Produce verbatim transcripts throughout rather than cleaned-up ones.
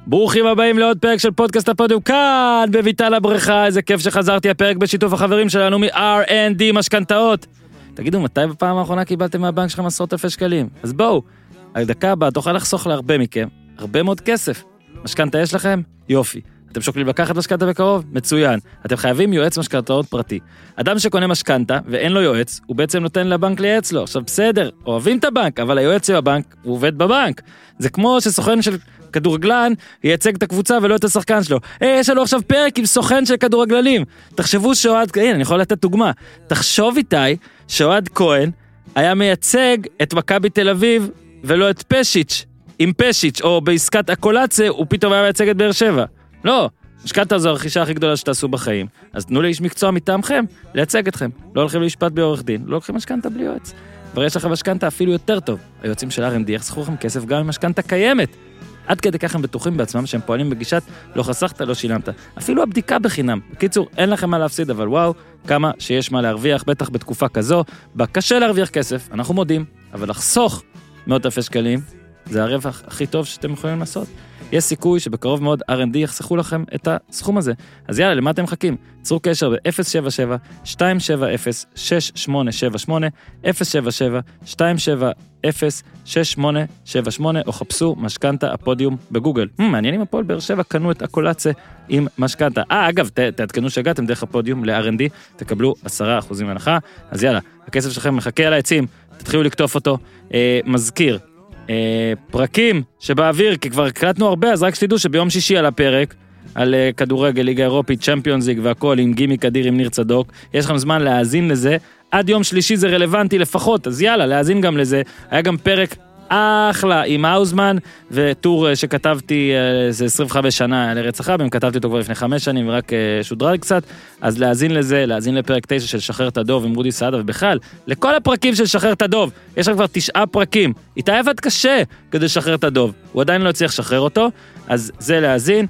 ברוכים הבאים לעוד פרק של פודקאסט הפודיום, כאן בביתן הבריכה. איזה כיף שחזרתי. הפרק בשיתוף החברים שלנו מ-אר אנד די משכנתאות. תגידו, מתי בפעם האחרונה קיבלתם מהבנק שלכם עשרות אלפי שקלים? אז בואו, הדקה הבאה תוכל לחסוך להרבה מכם הרבה מאוד כסף. משכנתה יש לכם? יופי. אתם שוקלים לקחת משכנתה בקרוב? מצוין. אתם חייבים יועץ משכנתאות פרטי. אדם שקונה משכנתה ואין לו יועץ, הוא בעצם נותן לבנק לייעץ לו. עכשיו בסדר, אוהבים את הבנק, אבל היועץ של הבנק הוא עובד בבנק. זה כמו שסוכן של כדורגלן ייצג את הקבוצה ולא את השחקן שלו. היי, יש לנו עכשיו פרק עם סוכן של כדורגלנים. תחשבו שאוהד, הנה, אני יכול לתת דוגמה. תחשוב איתי שאוהד כהן היה מייצג את מכבי תל אביב ולא את פשיץ' עם פשיץ', או בעסקת הקולציה הוא פתאום היה מייצג את באר שבע. לא, משכנתה זו הרכישה הכי גדולה שתעשו בחיים. אז תנו לאיש מקצוע מטעמכם לייצג אתכם. לא הולכים למשפט בעורך דין, לא הולכים משכנתה בלי יועץ. כבר יש לכם משכנתה אפילו יותר טוב. היועצים של אר אנד די יחסכו לכם כסף גם עם משכנתה קיימת. עד כדי כך הם בטוחים בעצמם שהם פועלים בגישת לא חסכת, לא שילמת. אפילו הבדיקה בחינם. בקיצור, אין לכם מה להפסיד, אבל וואו, כמה שיש מה להרוויח, בטח בתקופה כזו. בקשה להרוויח כסף, אנחנו מודים, אבל לחסוך מאות אלפי שקלים, זה הרווח הכי טוב שאתם יכולים לעשות. יש סיכוי שבקרוב מאוד אר אנד די יחסכו לכם את הסכום הזה. אז יאללה, למה אתם מחכים? צרו קשר ב-אפס שבע שבע שתיים שבע אפס שש שמונה שבע שמונה, אפס שבע שבע שתיים שבע אפס שש שמונה שבע שמונה, או חפשו משכנתה הפודיום בגוגל. Hmm, מעניינים, הפועל באר שבע קנו את הקולציה עם משכנתה. אה, אגב, ת, תעדכנו שהגעתם דרך הפודיום ל-אר אנד די, תקבלו עשרה אחוזים הנחה. אז יאללה, הכסף שלכם מחכה על העצים, תתחילו לקטוף אותו. אה, מזכיר, אה, פרקים שבאוויר, כי כבר הקלטנו הרבה, אז רק שתדעו שביום שישי על הפרק, על uh, כדורגל, ליגה אירופית, צ'מפיונס ליג והכל, עם גימי קדיר, עם ניר צדוק, יש לכם זמן להאזין לזה, עד יום שלישי זה רלוונטי לפחות, אז יאללה, להאזין גם לזה. היה גם פרק אחלה עם האוזמן, וטור uh, שכתבתי, uh, זה עשרים וחמש שנה לרצח רבין, כתבתי אותו כבר לפני חמש שנים, ורק uh, שודרג קצת, אז להאזין לזה, להאזין לפרק תשע של שחרר את הדוב עם רודי סעדה, ובכלל, לכל הפרקים של שחרר את הדוב, יש כבר תשעה פרקים, איתי עבד קשה כדי לשחרר את הדוב, הוא עדיין לא הצליח לשחרר אותו, אז זה להאזין.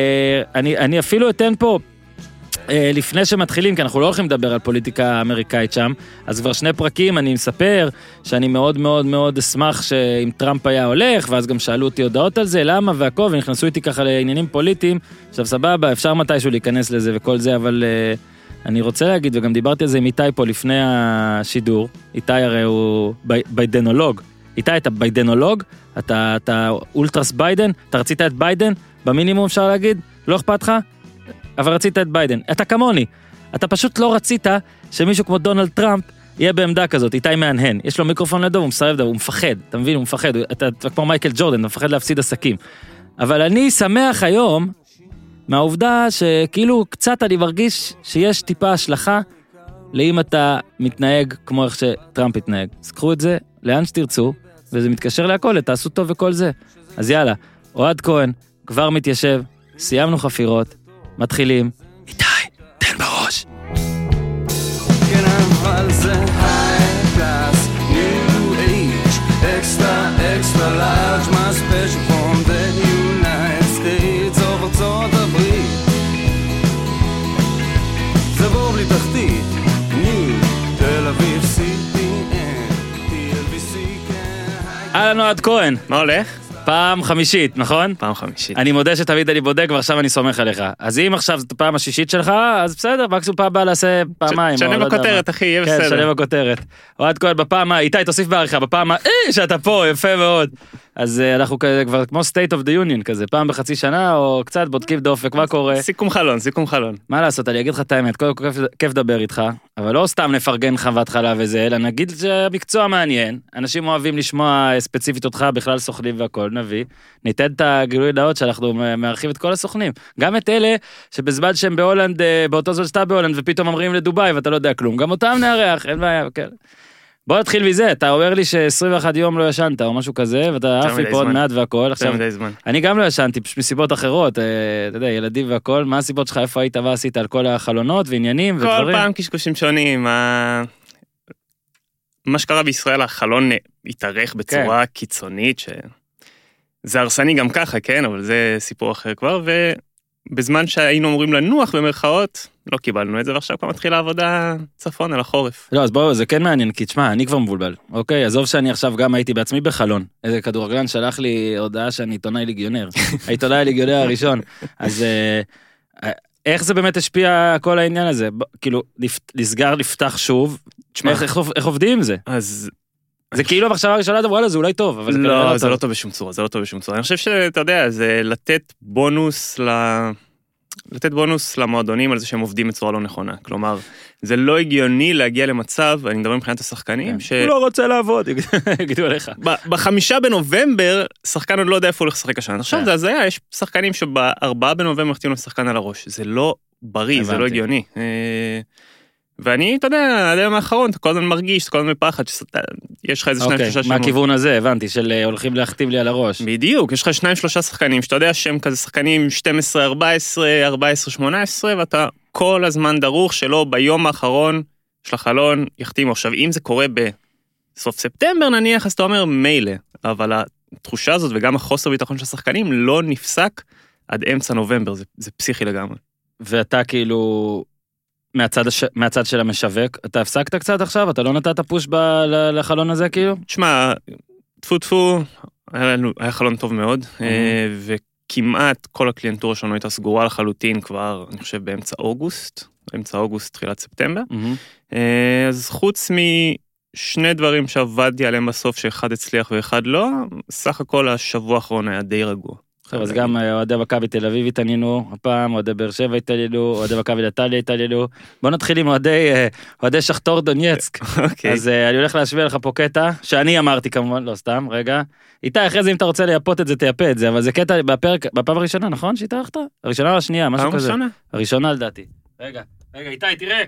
אני, אני אפילו אתן פה, לפני שמתחילים, כי אנחנו לא הולכים לדבר על פוליטיקה אמריקאית שם, אז כבר שני פרקים אני מספר שאני מאוד מאוד מאוד אשמח שאם טראמפ היה הולך, ואז גם שאלו אותי הודעות על זה, למה והכל, ונכנסו איתי ככה לעניינים פוליטיים. עכשיו סבבה, אפשר מתישהו להיכנס לזה וכל זה, אבל אני רוצה להגיד, וגם דיברתי על זה עם איתי פה לפני השידור, איתי הרי הוא ביידנולוג, איתי אתה ביידנולוג, אתה, אתה אולטרס ביידן, אתה רצית את ביידן, במינימום אפשר להגיד, לא אכפת לך, אבל רצית את ביידן. אתה כמוני, אתה פשוט לא רצית שמישהו כמו דונלד טראמפ יהיה בעמדה כזאת, איתי מהנהן, יש לו מיקרופון לידו, הוא מסרב דו, הוא מפחד, אתה מבין, הוא מפחד, אתה, אתה כמו מייקל ג'ורדן, אתה מפחד להפסיד עסקים. אבל אני שמח היום, מהעובדה שכאילו קצת אני מרגיש שיש טיפה השלכה, לאם אתה מתנהג כמו איך שטראמפ התנהג. אז קחו את זה לאן שתרצו, וזה מתקשר להכל, תעשו טוב וכל זה. אז יאללה, אוהד כהן, כבר מתיישב, סיימנו חפירות, מתחילים. איתי, תן בראש. כן, אבל זה high class, new age, extra, extra large, my special from the United States of ארצות הברית. זה בור בלי תחתית, new, תל אביב, סי פי אן, טי אל בי סי, כן. אהלן אוהד כהן. מה הולך? פעם חמישית, נכון? פעם חמישית. אני מודה שתמיד אני בודק, ועכשיו אני סומך עליך. אז אם עכשיו זאת פעם השישית שלך, אז בסדר, מקסימום פעם הבאה לעשה פעמיים. שנה בכותרת, אחי, יהיה בסדר. כן, שנה בכותרת. אוהד כהן בפעם, איתי, תוסיף בעריכה, בפעם, אה, שאתה פה, יפה מאוד. אז אנחנו כבר כמו state of the union כזה, פעם בחצי שנה, או קצת בודקים דופק, מה קורה? סיכום חלון, סיכום חלון. מה לעשות, אני אגיד לך את האמת, כל כך כיף לדבר איתך, אבל לא סתם נפרגן לך בהתחלה וזה, אלא נגיד שהמקצוע מעניין, אנשים אוהבים לשמוע ספציפית אותך, בכלל סוכנים והכל, נביא, ניתן את הגילוי נאות שאנחנו מארחים את כל הסוכנים, גם את אלה שבזמן שהם בהולנד, באותו זמן שאתה בהולנד, ופתאום אמרים לדוביי ואתה לא יודע כלום, גם אותם נארח, אין בעיה, כן. בוא נתחיל מזה, אתה אומר לי ש-עשרים ואחד יום לא ישנת או משהו כזה, ואתה עף לי פה עוד מעט והכל, עכשיו, אני גם לא ישנתי, פשוט מסיבות אחרות, אתה יודע, ילדים והכל, מה הסיבות שלך, איפה היית, מה עשית על כל החלונות ועניינים ודברים? כל פעם קשקושים שונים, מה שקרה בישראל, החלון התארך בצורה קיצונית, שזה הרסני גם ככה, כן, אבל זה סיפור אחר כבר, בזמן שהיינו אמורים לנוח במרכאות, לא קיבלנו את זה, ועכשיו כבר מתחילה עבודה צפון על החורף. לא, אז בואו, זה כן מעניין, כי תשמע, אני כבר מבולבל. אוקיי, עזוב שאני עכשיו גם הייתי בעצמי בחלון. איזה כדורגלן שלח לי הודעה שאני עיתונאי ליגיונר. העיתונאי ליגיונר הראשון. אז איך זה באמת השפיע כל העניין הזה? כאילו, לסגר, לפתח שוב. תשמע, איך עובדים עם זה? אז... זה כאילו המחשבה הראשונה, וואלה, זה אולי טוב, אבל זה כנראה לא, לא זה טוב. לא טוב בשום צורה, זה לא טוב בשום צורה. אני חושב שאתה יודע, זה לתת בונוס ל... לתת בונוס למועדונים על זה שהם עובדים בצורה לא נכונה. כלומר, זה לא הגיוני להגיע למצב, אני מדבר מבחינת השחקנים, ש... הוא לא רוצה לעבוד, יגידו עליך. בחמישה בנובמבר, שחקן עוד לא יודע איפה הוא הולך לשחק השנה. עכשיו זה הזיה, יש שחקנים שבארבעה בנובמבר מחתימים לו שחקן על הראש. זה לא בריא, זה לא הגיוני. ואני, אתה יודע, עד היום האחרון, אתה כל הזמן מרגיש, אתה כל הזמן מפחד, יש לך איזה שניים, שלושה שמות. מהכיוון הזה, הבנתי, של הולכים להכתיב לי על הראש. בדיוק, יש לך שניים, שלושה שחקנים, שאתה יודע שהם כזה שחקנים שתים עשרה, ארבע עשרה, ארבע עשרה, שמונה עשרה, ואתה כל הזמן דרוך שלא ביום האחרון של החלון יחתימו. עכשיו, אם זה קורה בסוף ספטמבר נניח, אז אתה אומר מילא, אבל התחושה הזאת וגם החוסר ביטחון של השחקנים לא נפסק עד אמצע נובמבר, זה, זה פסיכי לגמרי. ואתה כאילו... מהצד, הש... מהצד של המשווק, אתה הפסקת קצת עכשיו? אתה לא נתת פוש ב... לחלון הזה כאילו? תשמע, טפו טפו, היה, לנו... היה חלון טוב מאוד, mm-hmm. וכמעט כל הקליינטורה שלנו הייתה סגורה לחלוטין כבר, אני חושב, באמצע אוגוסט, באמצע אוגוסט, תחילת ספטמבר. Mm-hmm. אז חוץ משני דברים שעבדתי עליהם בסוף, שאחד הצליח ואחד לא, סך הכל השבוע האחרון היה די רגוע. אז גם אוהדי מכבי תל אביב התעניינו, הפעם אוהדי באר שבע התעניינו, אוהדי מכבי נתניה התעניינו. בוא נתחיל עם אוהדי שכתור דונייצק. אז אני הולך להשוויע לך פה קטע, שאני אמרתי כמובן, לא סתם, רגע. איתי, אחרי זה אם אתה רוצה לייפות את זה, תייפה את זה, אבל זה קטע בפרק, בפעם הראשונה, נכון שהתארחת? הראשונה או השנייה, משהו כזה. הראשונה לדעתי. רגע, רגע, איתי, תראה.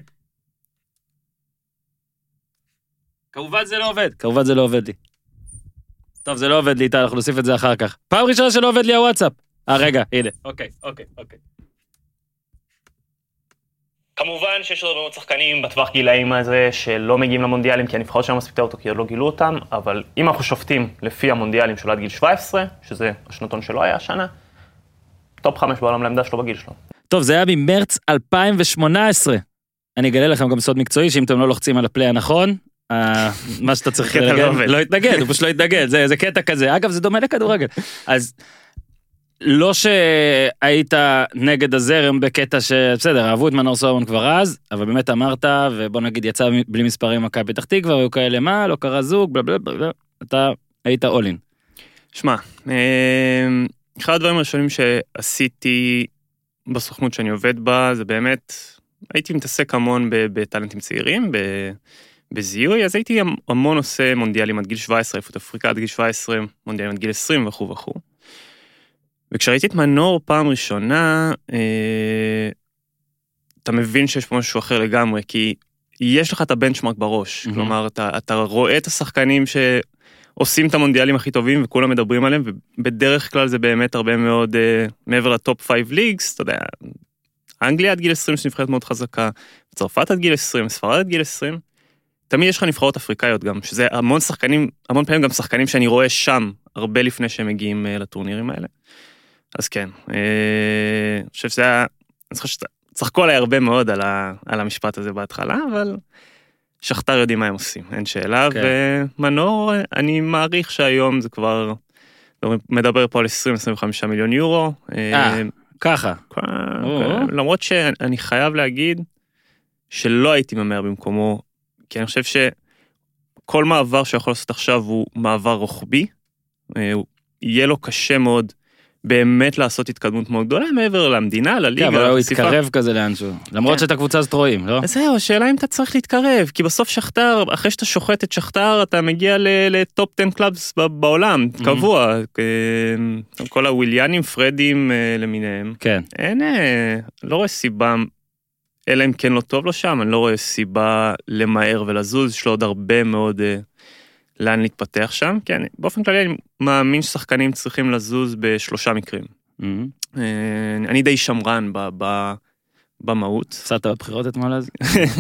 כמובן זה לא עובד. כמובן זה לא עובד לי. טוב, זה לא עובד לי איתה, אנחנו נוסיף את זה אחר כך. פעם ראשונה שלא עובד לי הוואטסאפ. אה, רגע, הנה. אוקיי, אוקיי, אוקיי. כמובן שיש עוד הרבה מאוד שחקנים בטווח גילאים הזה שלא מגיעים למונדיאלים, כי הנבחרות שלנו מספיק אותו, כי עוד לא גילו אותם, אבל אם אנחנו שופטים לפי המונדיאלים של עד גיל שבע עשרה, שזה השנתון שלא היה השנה, טופ חמש בעולם לעמדה שלו בגיל שלו. טוב, זה היה ממרץ אלפיים שמונה עשרה. אני אגלה לכם גם סוד מקצועי, שאם אתם לא לוחצים על הפליי הנכון, מה שאתה צריך לנגד, לא יתנגד, הוא פשוט לא יתנגד, זה קטע כזה, אגב זה דומה לכדורגל, אז לא שהיית נגד הזרם בקטע שבסדר, אהבו את מנור סולומון כבר אז, אבל באמת אמרת, ובוא נגיד יצא בלי מספרים מכבי פתח תקווה, והיו כאלה מה, לא קרה זוג, בלה בלה בלה, אתה היית אולין. שמע, אחד הדברים הראשונים שעשיתי בסוכנות שאני עובד בה, זה באמת, הייתי מתעסק המון בטלנטים צעירים, ב... בזיהוי, אז הייתי המון עושה מונדיאלים עד גיל שבע עשרה, איפות אפריקה עד גיל שבע עשרה, מונדיאלים עד גיל עשרים וכו' וכו'. וכשראיתי את מנור פעם ראשונה, אה, אתה מבין שיש פה משהו אחר לגמרי, כי יש לך את הבנצ'מרק בראש, mm-hmm. כלומר, אתה, אתה רואה את השחקנים שעושים את המונדיאלים הכי טובים, וכולם מדברים עליהם, ובדרך כלל זה באמת הרבה מאוד, אה, מעבר לטופ פייב ליגס, אתה יודע, אנגליה עד גיל עשרים שנבחרת מאוד חזקה, צרפת עד גיל עשרים, ספרד עד גיל עשרים, תמיד יש לך נבחרות אפריקאיות גם, שזה המון שחקנים, המון פעמים גם שחקנים שאני רואה שם, הרבה לפני שהם מגיעים לטורנירים האלה. אז כן, אני חושב שזה היה, אני חושב שצחקו עליי הרבה מאוד על, ה, על המשפט הזה בהתחלה, אבל שכתר יודעים מה הם עושים, אין שאלה, okay. ומנור, אני מעריך שהיום זה כבר, מדבר פה על עשרים עד עשרים וחמישה מיליון יורו. אה, ככה. למרות שאני חייב להגיד, שלא הייתי ממהר במקומו, כי אני חושב שכל מעבר שיכול לעשות עכשיו הוא מעבר רוחבי, יהיה לו קשה מאוד באמת לעשות התקדמות מאוד גדולה מעבר למדינה, לליגה. כן, אבל הוא יתקרב כזה לאנשהו, למרות שאת הקבוצה הזאת רואים, לא? אז זהו, השאלה אם אתה צריך להתקרב, כי בסוף שכתר, אחרי שאתה שוחט את שכתר, אתה מגיע לטופ עשר קלאבס בעולם, קבוע, כל הוויליאנים, פרדים למיניהם. כן. אין, לא רואה סיבה, אלא אם כן לא טוב לו שם, אני לא רואה סיבה למהר ולזוז, יש לו עוד הרבה מאוד לאן להתפתח שם, כן, באופן כללי אני מאמין ששחקנים צריכים לזוז בשלושה מקרים. Mm-hmm. אני די שמרן ב, ב, במהות. הפסדת בבחירות אתמול אז?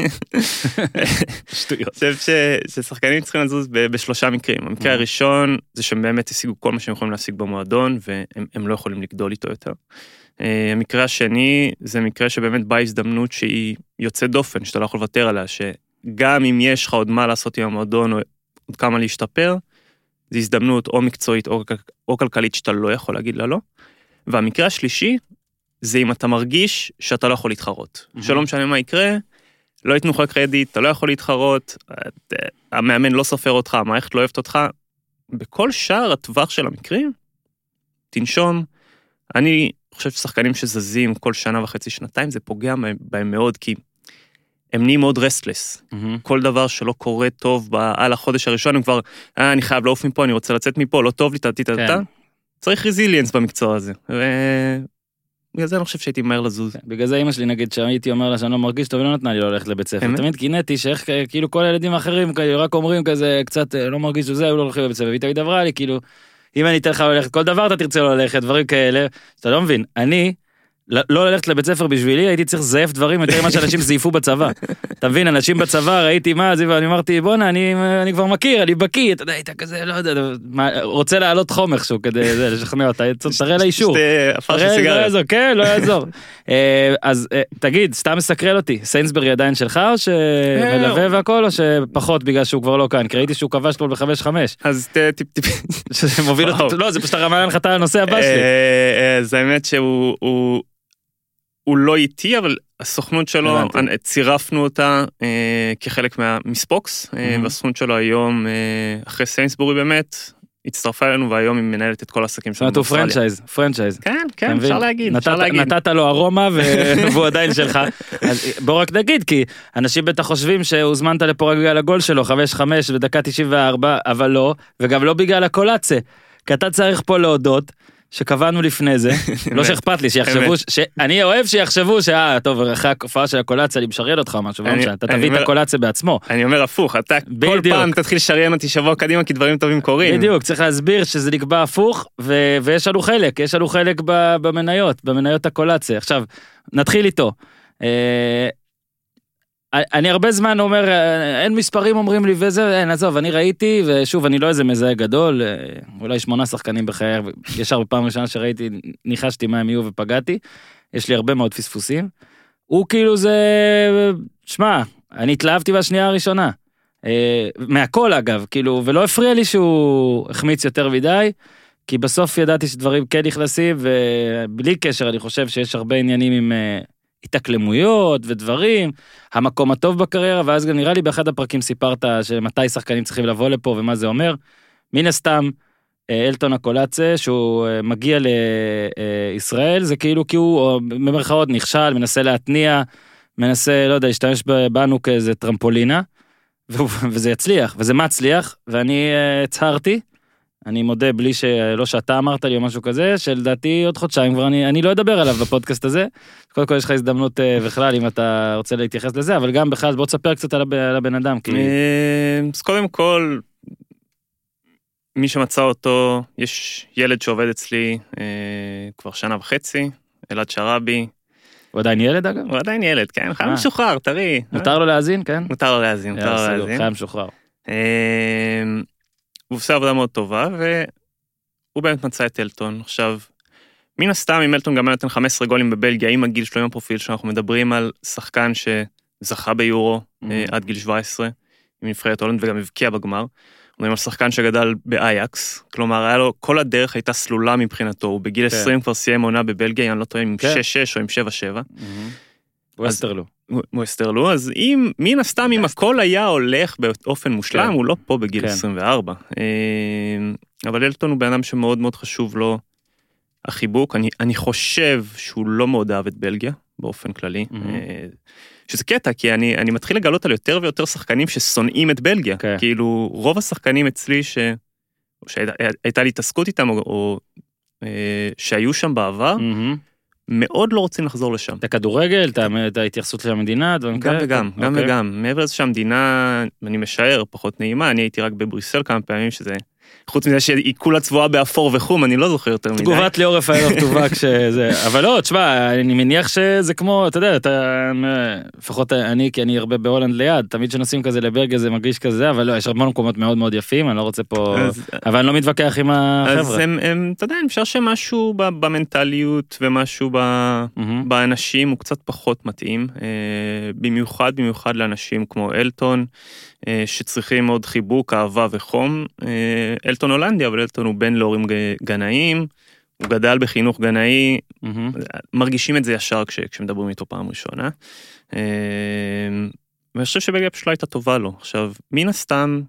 שטויות. אני חושב ששחקנים צריכים לזוז בשלושה מקרים. המקרה הראשון זה שהם באמת השיגו כל מה שהם יכולים להשיג במועדון, והם לא יכולים לגדול איתו יותר. המקרה השני, זה מקרה שבאמת באה הזדמנות שהיא יוצאת דופן, שאתה לא יכול לוותר עליה, שגם אם יש לך עוד מה לעשות עם המועדון, או עוד כמה להשתפר, זו הזדמנות או מקצועית או, או כלכלית שאתה לא יכול להגיד לה לא. והמקרה השלישי, זה אם אתה מרגיש שאתה לא יכול להתחרות. Mm-hmm. שלא משנה מה יקרה, לא ייתנו לך קרדיט, אתה לא יכול להתחרות, את, המאמן לא סופר אותך, המערכת לא אוהבת אותך. בכל שער הטווח של המקרים, תנשום. אני חושב ששחקנים שזזים כל שנה וחצי, שנתיים, זה פוגע בהם מאוד, כי הם נהיים מאוד רסטלס. Mm-hmm. כל דבר שלא קורה טוב על החודש הראשון, הם כבר, אה, אני חייב לעוף מפה, אני רוצה לצאת מפה, לא טוב לי, תעתי, תעתי, כן. צריך רזיליאנס במקצוע הזה. ובגלל זה אני חושב שהייתי מהר לזוז. בגלל זה אמא שלי, נגיד, שהייתי אומר לה שאני לא מרגיש טוב, לא נתנה לי לא ללכת לבית ספר. תמיד קינאתי שאיך, כאילו, כל הילדים האחרים, רק אומרים כזה, קצת, לא מרגיש שזה, הוא לא הולך לבית ספר. והיא תמיד עברה לי, כאילו, אם אני אתן לך ללכת, כל דבר אתה תרצה לא ללכת, דברים כאלה, אתה לא מבין. אני, לא ללכת לבית ספר בשבילי, הייתי צריך זייף דברים יותר ממה שאנשים זייפו בצבא. אתה מבין, אנשים בצבא, ראיתי מה זה, ואני אמרתי, בונה, אני, אני כבר מכיר, אני בקיא, אתה יודע, היית כזה, לא יודע, מה, רוצה להעלות חום איכשהו כדי זה, לשכנע אותה, תראה לה אישור. לא יעזור, כן, לא יעזור. אז תגיד, סתם מסקרל אותי, סיינסברי עדיין שלך, או שמלווה והכל, או שפחות בגלל שהוא כבר לא כאן, כי ראיתי שהוא כבש לו בחמש חמש. אז טיפ טיפ. שמוביל אותו, לא, זה פשוט הרמה לך את הנושא הבא שלי. זה האמת שהוא הוא לא איתי, אבל הסוכנות שלו, צירפנו אותה אה, כחלק מהמספוקס, אה, mm-hmm. והסוכנות שלו היום, אה, אחרי סיינסבורי באמת, הצטרפה אלינו, והיום היא מנהלת את כל העסקים שלנו. זאת אומרת, הוא פרנצ'ייז, פרנצ'ייז. כן, כן, אפשר להגיד, נתת, אפשר להגיד. נתת לו ארומה, והוא עדיין שלך. אז בוא רק נגיד, כי אנשים בטח חושבים שהוזמנת לפה רק בגלל הגול שלו, חמש חמש בדקה תשעים וארבע, אבל לא, וגם לא בגלל הקולציה. כי אתה צריך פה להודות, שקבענו לפני זה, לא שאכפת לי, שיחשבו, שאני אוהב שיחשבו שאה, טוב, אחרי הקופעה של הקולציה, אני משריין אותך משהו, אתה תביא את הקולציה בעצמו. אני אומר הפוך, אתה כל פעם תתחיל לשריין אותי שבוע קדימה, כי דברים טובים קורים. בדיוק, צריך להסביר שזה נקבע הפוך, ויש לנו חלק, יש לנו חלק במניות, במניות הקולציה. עכשיו, נתחיל איתו. אני הרבה זמן אומר, אין מספרים אומרים לי וזה, אין, עזוב, אני ראיתי, ושוב, אני לא איזה מזהה גדול, אולי שמונה שחקנים בחיי, ישר בפעם ראשונה שראיתי, ניחשתי מה הם יהיו ופגעתי, יש לי הרבה מאוד פספוסים, הוא כאילו זה, שמה, אני התלהבתי בשנייה הראשונה, מהכל אגב, כאילו, ולא הפריע לי שהוא החמיץ יותר מדי, כי בסוף ידעתי שדברים כן נכנסים, ובלי קשר אני חושב שיש הרבה עניינים עם התאקלמויות ודברים, המקום הטוב בקריירה, ואז גם נראה לי באחד הפרקים סיפרת שמתי שחקנים צריכים לבוא לפה ומה זה אומר. מן הסתם, אלטון הקולציה, שהוא מגיע לישראל, זה כאילו כי הוא במרכאות נכשל, מנסה להתניע, מנסה, לא יודע, להשתמש בנו כאיזה טרמפולינה, וזה יצליח, וזה מצליח, ואני הצהרתי, אני מודה בלי שלא שאתה אמרת לי או משהו כזה, שלדעתי עוד חודשיים כבר אני, אני לא אדבר עליו בפודקאסט הזה. קודם כל יש לך הזדמנות בכלל אם אתה רוצה להתייחס לזה, אבל גם בכלל בוא תספר קצת על הבן אדם. כי... אז קודם כל, מי שמצא אותו, יש ילד שעובד אצלי כבר שנה וחצי, אלעד שרבי. הוא עדיין ילד אגב? הוא עדיין ילד, כן, חייב משוחרר, תראי. מותר לו להאזין, כן? מותר לו להאזין, מותר לו להאזין. חייב משוחרר. הוא עושה עבודה מאוד טובה, והוא באמת מצא את אלטון. עכשיו, מן הסתם, אם אלטון גם נתן חמישה עשר גולים בבלגיה, עם הגיל שלו, עם הפרופיל שלו, אנחנו מדברים על שחקן שזכה ביורו mm-hmm. עד גיל שבע עשרה, עם נבחרת הולנד, וגם הבקיע בגמר. מדברים על שחקן שגדל באייקס, כלומר, היה לו, כל הדרך הייתה סלולה מבחינתו, הוא בגיל okay. עשרים כבר סיים עונה בבלגיה, אני לא טועה, עם okay. שש שש או עם שבע שבע. הוא אסטרלו. הוא אסטרלו, אז אם, מן הסתם, אם הכל היה הולך באופן מושלם, הוא לא פה בגיל עשרים וארבע. אבל אלטון הוא בן אדם שמאוד מאוד חשוב לו החיבוק. אני, אני חושב שהוא לא מאוד אהב את בלגיה, באופן כללי. שזה קטע, כי אני, אני מתחיל לגלות על יותר ויותר שחקנים ששונאים את בלגיה. כאילו, רוב השחקנים אצלי ש... שהייתה לי התעסקות איתם, או שהיו שם בעבר, מאוד לא רוצים לחזור לשם. את הכדורגל, את ההתייחסות של המדינה, גם וגם, גם וגם. מעבר לזה שהמדינה, אני משער, פחות נעימה, אני הייתי רק בבריסל כמה פעמים, שזה חוץ מזה שהיא כולה צבועה באפור וחום, אני לא זוכר יותר מדי. תגובת לי עורף הערב טובה כשזה, אבל לא, תשמע, אני מניח שזה כמו, אתה יודע, אתה, לפחות אני, כי אני הרבה בהולנד ליד, תמיד שנוסעים כזה לברגה זה מרגיש כזה, אבל לא, יש הרבה מקומות מאוד מאוד יפים, אני לא רוצה פה, אבל אני לא מתווכח עם החבר'ה. אז הם, הם, אתה יודע, אני חושב שמשהו במנטליות ומשהו באנשים הוא קצת פחות מתאים, במיוחד, במיוחד לאנשים כמו אלטון, שצריכים עוד חיבוק, אהבה וחום. אלטון הולנדי, אבל אלטון הוא בן להורים גנאים, הוא גדל בחינוך גנאי, מרגישים את זה ישר כשמדברים איתו פעם ראשונה. ואני חושב שבלגיה פשוט לא הייתה טובה לו. עכשיו, מן הסתם,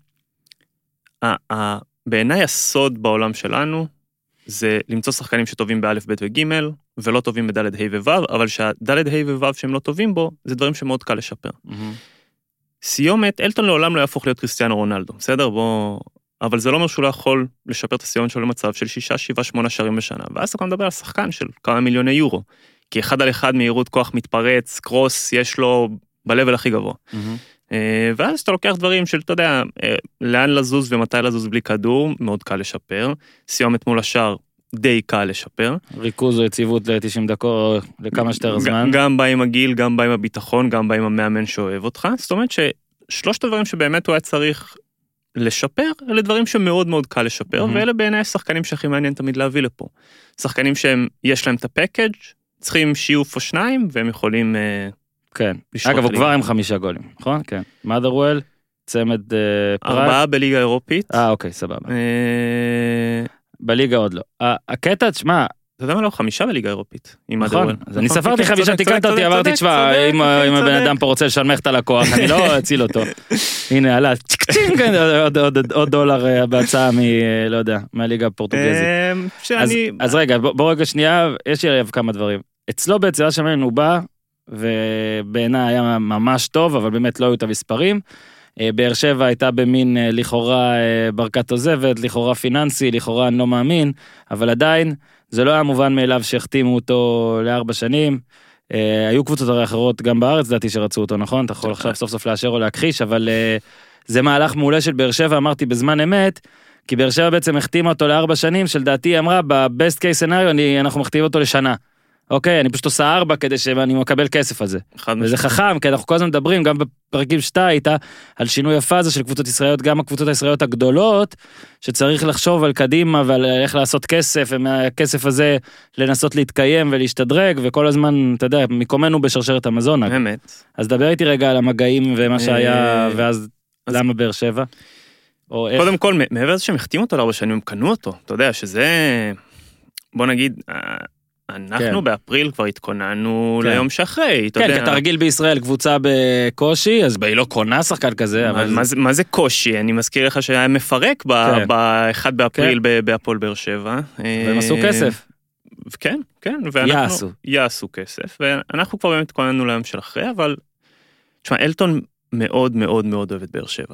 בעיניי הסוד בעולם שלנו, זה למצוא שחקנים שטובים באלף, בית וגימל, ולא טובים בדלת ה' וו', אבל שהדלת ה' וו' שהם לא טובים בו, זה דברים שמאוד קל לשפר. סיומת, אלטון לעולם לא יהפוך להיות קריסטיאנו רונלדו, בסדר? בוא... אבל זה לא אומר שהוא לא יכול לשפר את הסיומת שלו למצב של שישה, שבעה, שמונה שערים בשנה, ואז אתה כבר מדבר על שחקן של כמה מיליוני יורו, כי אחד על אחד מהירות כוח מתפרץ, קרוס, יש לו בלבל הכי גבוה. ואז אתה לוקח דברים של, אתה יודע, לאן לזוז ומתי לזוז בלי כדור, מאוד קל לשפר, סיומת מול השאר, די קל לשפר. ריכוז או יציבות ל-תשעים דקות, לכמה שתר זמן. גם בא עם הגיל, גם בא עם הביטחון, גם בא עם המאמן שאוהב אותך. זאת אומרת ששלושת הדברים שבאמת הוא היה צריך לשפר, אלה דברים שמאוד מאוד קל לשפר, ואלה בעיניי שחקנים שהכי מעניין תמיד להביא לפה. שחקנים שהם, יש להם את הפקאג', צריכים שיוף או שניים, והם יכולים... כן. אגב, הוא כבר עם חמישה גולים, נכון? כן. מאדרוול, צמד פראג. ארבעה בליגה האירופית. אה, אוקיי, סבבה. בליגה עוד לא. הקטע, תשמע... אתה יודע מה לא? חמישה בליגה האירופית. נכון. אני ספרתי חמישה, תיקנת אותי, אמרתי, תשמע, אם הבן אדם פה רוצה לשלמך את הלקוח, אני לא אציל אותו. הנה, עלה, עוד דולר בהצעה מ... לא יודע, מהליגה הפורטוגזית. אז רגע, בוא רגע שנייה, יש לי עליו כמה דברים. אצלו ביצירה שמנו הוא בא, ובעיניי היה ממש טוב, אבל באמת לא היו את המספרים. באר שבע הייתה במין לכאורה ברכת עוזבת, לכאורה פיננסי, לכאורה אני לא מאמין, אבל עדיין זה לא היה מובן מאליו שהחתימו אותו לארבע שנים. היו קבוצות הרי אחרות גם בארץ, דעתי שרצו אותו, נכון? אתה יכול עכשיו סוף סוף לאשר או להכחיש, אבל זה מהלך מעולה של באר שבע, אמרתי בזמן אמת, כי באר שבע בעצם החתימה אותו לארבע שנים, של דעתי אמרה, בבסט קייס סנריו אנחנו מחתימים אותו לשנה. אוקיי, אני פשוט עושה ארבע כדי שאני מקבל כסף על זה. וזה חכם, כי אנחנו כל הזמן מדברים, גם בפרקים שאתה הייתה, על שינוי הפאזה של קבוצות ישראליות, גם הקבוצות הישראליות הגדולות, שצריך לחשוב על קדימה ועל איך לעשות כסף, ומהכסף הזה לנסות להתקיים ולהשתדרג, וכל הזמן, אתה יודע, מקומנו בשרשרת המזון. באמת. אז דבר איתי רגע על המגעים ומה שהיה, ואז למה באר שבע? קודם כל, מעבר לזה שהם החתימו אותו לארבע שנים, הם קנו אותו. אתה יודע שזה, בוא נגיד, אנחנו באפריל כבר התכוננו ליום שאחרי, אתה יודע. כן, כתרגיל בישראל, קבוצה בקושי, אז היא לא קונה שחקן כזה, אבל... מה זה קושי? אני מזכיר לך שהיה מפרק ב-אחד באפריל בהפועל באר שבע. והם עשו כסף. כן, כן. יעשו. יעשו כסף, ואנחנו כבר באמת התכוננו ליום של אחרי, אבל... תשמע, אלטון מאוד מאוד מאוד אוהב את באר שבע.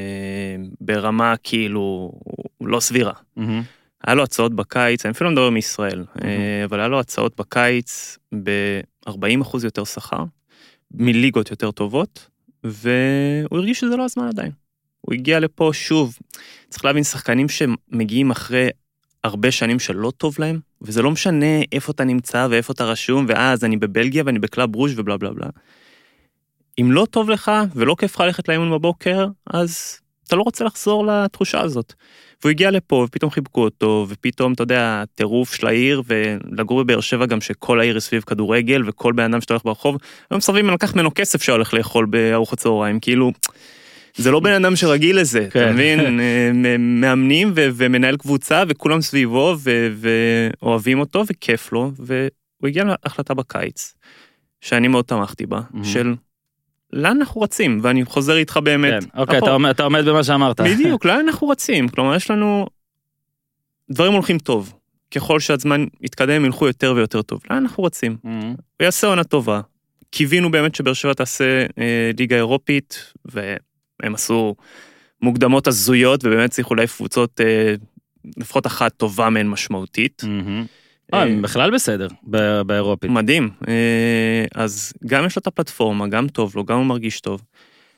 ברמה כאילו לא סבירה. היה לו הצעות בקיץ, אני אפילו לא מדבר מישראל, אבל היה לו הצעות בקיץ ב-ארבעים אחוז יותר שכר, מליגות יותר טובות, והוא הרגיש שזה לא הזמן עדיין. הוא הגיע לפה שוב, צריך להבין שחקנים שמגיעים אחרי הרבה שנים שלא טוב להם, וזה לא משנה איפה אתה נמצא ואיפה אתה רשום, ואז אני בבלגיה ואני בקלאב רוז' ובלה בלה בלה. אם לא טוב לך ולא כיף לך ללכת לאימון בבוקר, אז אתה לא רוצה לחזור לתחושה הזאת. והוא הגיע לפה, ופתאום חיבקו אותו, ופתאום, אתה יודע, טירוף של העיר, ולגור בבאר שבע גם שכל העיר סביב כדורגל, וכל בן אדם שאתה הולך ברחוב, הם מסרבים לקח ממנו כסף שהולך לאכול בארוחת צהריים, כאילו, זה לא בן אדם שרגיל לזה, אתה מבין? מאמנים ומנהל קבוצה, וכולם סביבו, ואוהבים אותו, וכיף לו, והוא הגיע להחלטה בקיץ, שאני מאוד תמכתי בה, של... לאן אנחנו רצים? ואני חוזר איתך באמת. כן, אוקיי, אתה עומד, אתה עומד במה שאמרת. בדיוק, לאן אנחנו רצים? כלומר, יש לנו... דברים הולכים טוב. ככל שהזמן יתקדם, ילכו יותר ויותר טוב. לאן אנחנו רצים? הוא יעשה עונה טובה. קיווינו באמת שבאר שבע תעשה אה, ליגה אירופית, והם עשו מוקדמות הזויות, ובאמת צריכו אולי קבוצות, אה, לפחות אחת טובה מהן משמעותית. אה, בכלל בסדר, באירופית. מדהים. אז גם יש לו את הפלטפורמה, גם טוב לו, גם הוא מרגיש טוב.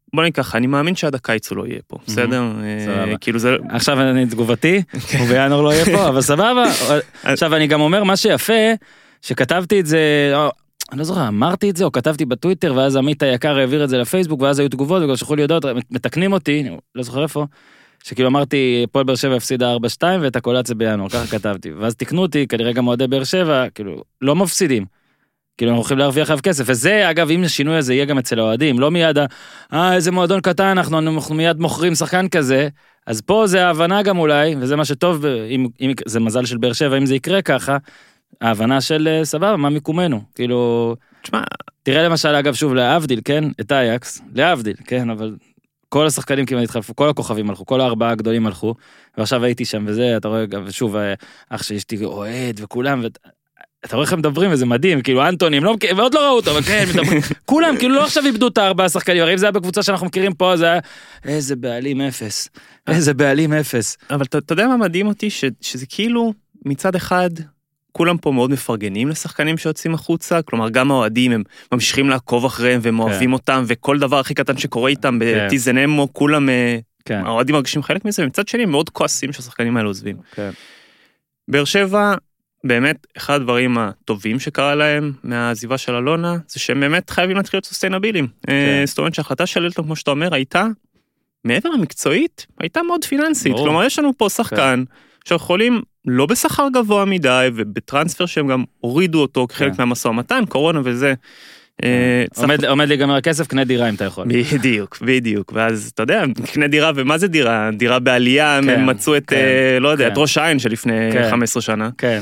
בוא ניקח, אני מאמין שעד הקיץ הוא לא יהיה פה, בסדר? כאילו זה... עכשיו אני תגובתי, הוא בינואר לא יהיה פה, אבל סבבה. עכשיו אני גם אומר מה שיפה, שכתבתי את זה, אני לא זוכר, אמרתי את זה, או כתבתי בטוויטר, ואז עמית היקר העביר את זה לפייסבוק, ואז היו תגובות, וגם שכחו לי יודעות, מתקנים אותי, לא זוכר איפה, שכאילו אמרתי, פועל באר שבע הפסידה ארבע שתיים, ואת הקולת זה בינואר, ככה כתבתי. ואז תקנו אותי, כנראה גם אוהדי באר שבע, כאילו, לא מפסידים. כאילו, אנחנו הולכים להרוויח עליו כסף. וזה, אגב, אם השינוי הזה יהיה גם אצל האוהדים, לא מיד, אה, איזה מועדון קטן, אנחנו, אנחנו מיד מוכרים שחקן כזה, אז פה זה ההבנה גם אולי, וזה מה שטוב, אם, אם זה מזל של באר שבע, אם זה יקרה ככה, ההבנה של סבבה, מה מיקומנו, כאילו, תשמע, תראה למשל, אגב, שוב, להבדיל, כן, את אייקס, להבדיל, כן, אבל כל השחקנים כמעט התחלפו, כל הכוכבים הלכו, כל הארבעה הגדולים הלכו, ועכשיו הייתי שם, וזה, אתה רואה, ושוב, אח שאשתי אוהד, וכולם, ואתה רואה איך הם מדברים, וזה מדהים, כאילו, אנטונים, לא, ועוד לא ראו אותו, אבל כן, מדברים, כולם, כאילו, לא עכשיו איבדו את הארבעה השחקנים, הרי אם זה היה בקבוצה שאנחנו מכירים פה, זה היה, איזה בעלים אפס, איזה בעלים אפס. אבל אתה יודע מה מדהים אותי, שזה כאילו, מצד אחד, כולם פה מאוד מפרגנים לשחקנים שיוצאים החוצה, כלומר גם האוהדים הם ממשיכים לעקוב אחריהם והם אוהבים אותם, וכל דבר הכי קטן שקורה איתם בטיזנמו, כולם, האוהדים מרגישים חלק מזה, ומצד שני הם מאוד כועסים שהשחקנים האלה עוזבים. באר שבע, באמת, אחד הדברים הטובים שקרה להם מהעזיבה של אלונה, זה שהם באמת חייבים להתחיל להיות סוסטיינבילים. זאת אומרת שההחלטה של אלטון, כמו שאתה אומר, הייתה, מעבר למקצועית, הייתה מאוד פיננסית. כלומר, יש לנו פה שחקן שיכולים לא בשכר גבוה מדי, ובטרנספר שהם גם הורידו אותו כחלק מהמשא ומתן, קורונה וזה. עומד להיגמר הכסף, קנה דירה אם אתה יכול. בדיוק, בדיוק. ואז אתה יודע, קנה דירה, ומה זה דירה? דירה בעלייה, הם מצאו את, לא יודע, את ראש העין שלפני חמש עשרה שנה. כן.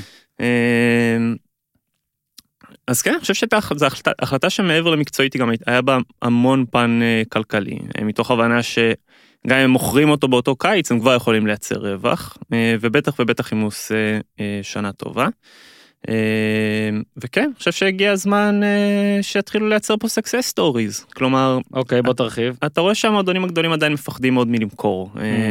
אז כן, אני חושב שזו החלטה שמעבר למקצועית, גם היה בה המון פן כלכלי, מתוך הבנה ש... גם אם הם מוכרים אותו באותו קיץ, הם כבר יכולים לייצר רווח, ובטח ובטח אם הוא עושה שנה טובה. וכן, אני חושב שהגיע הזמן שיתחילו לייצר פה success stories, כלומר... אוקיי, בוא תרחיב. אתה רואה שהמועדונים הגדולים עדיין מפחדים מאוד מלמכור.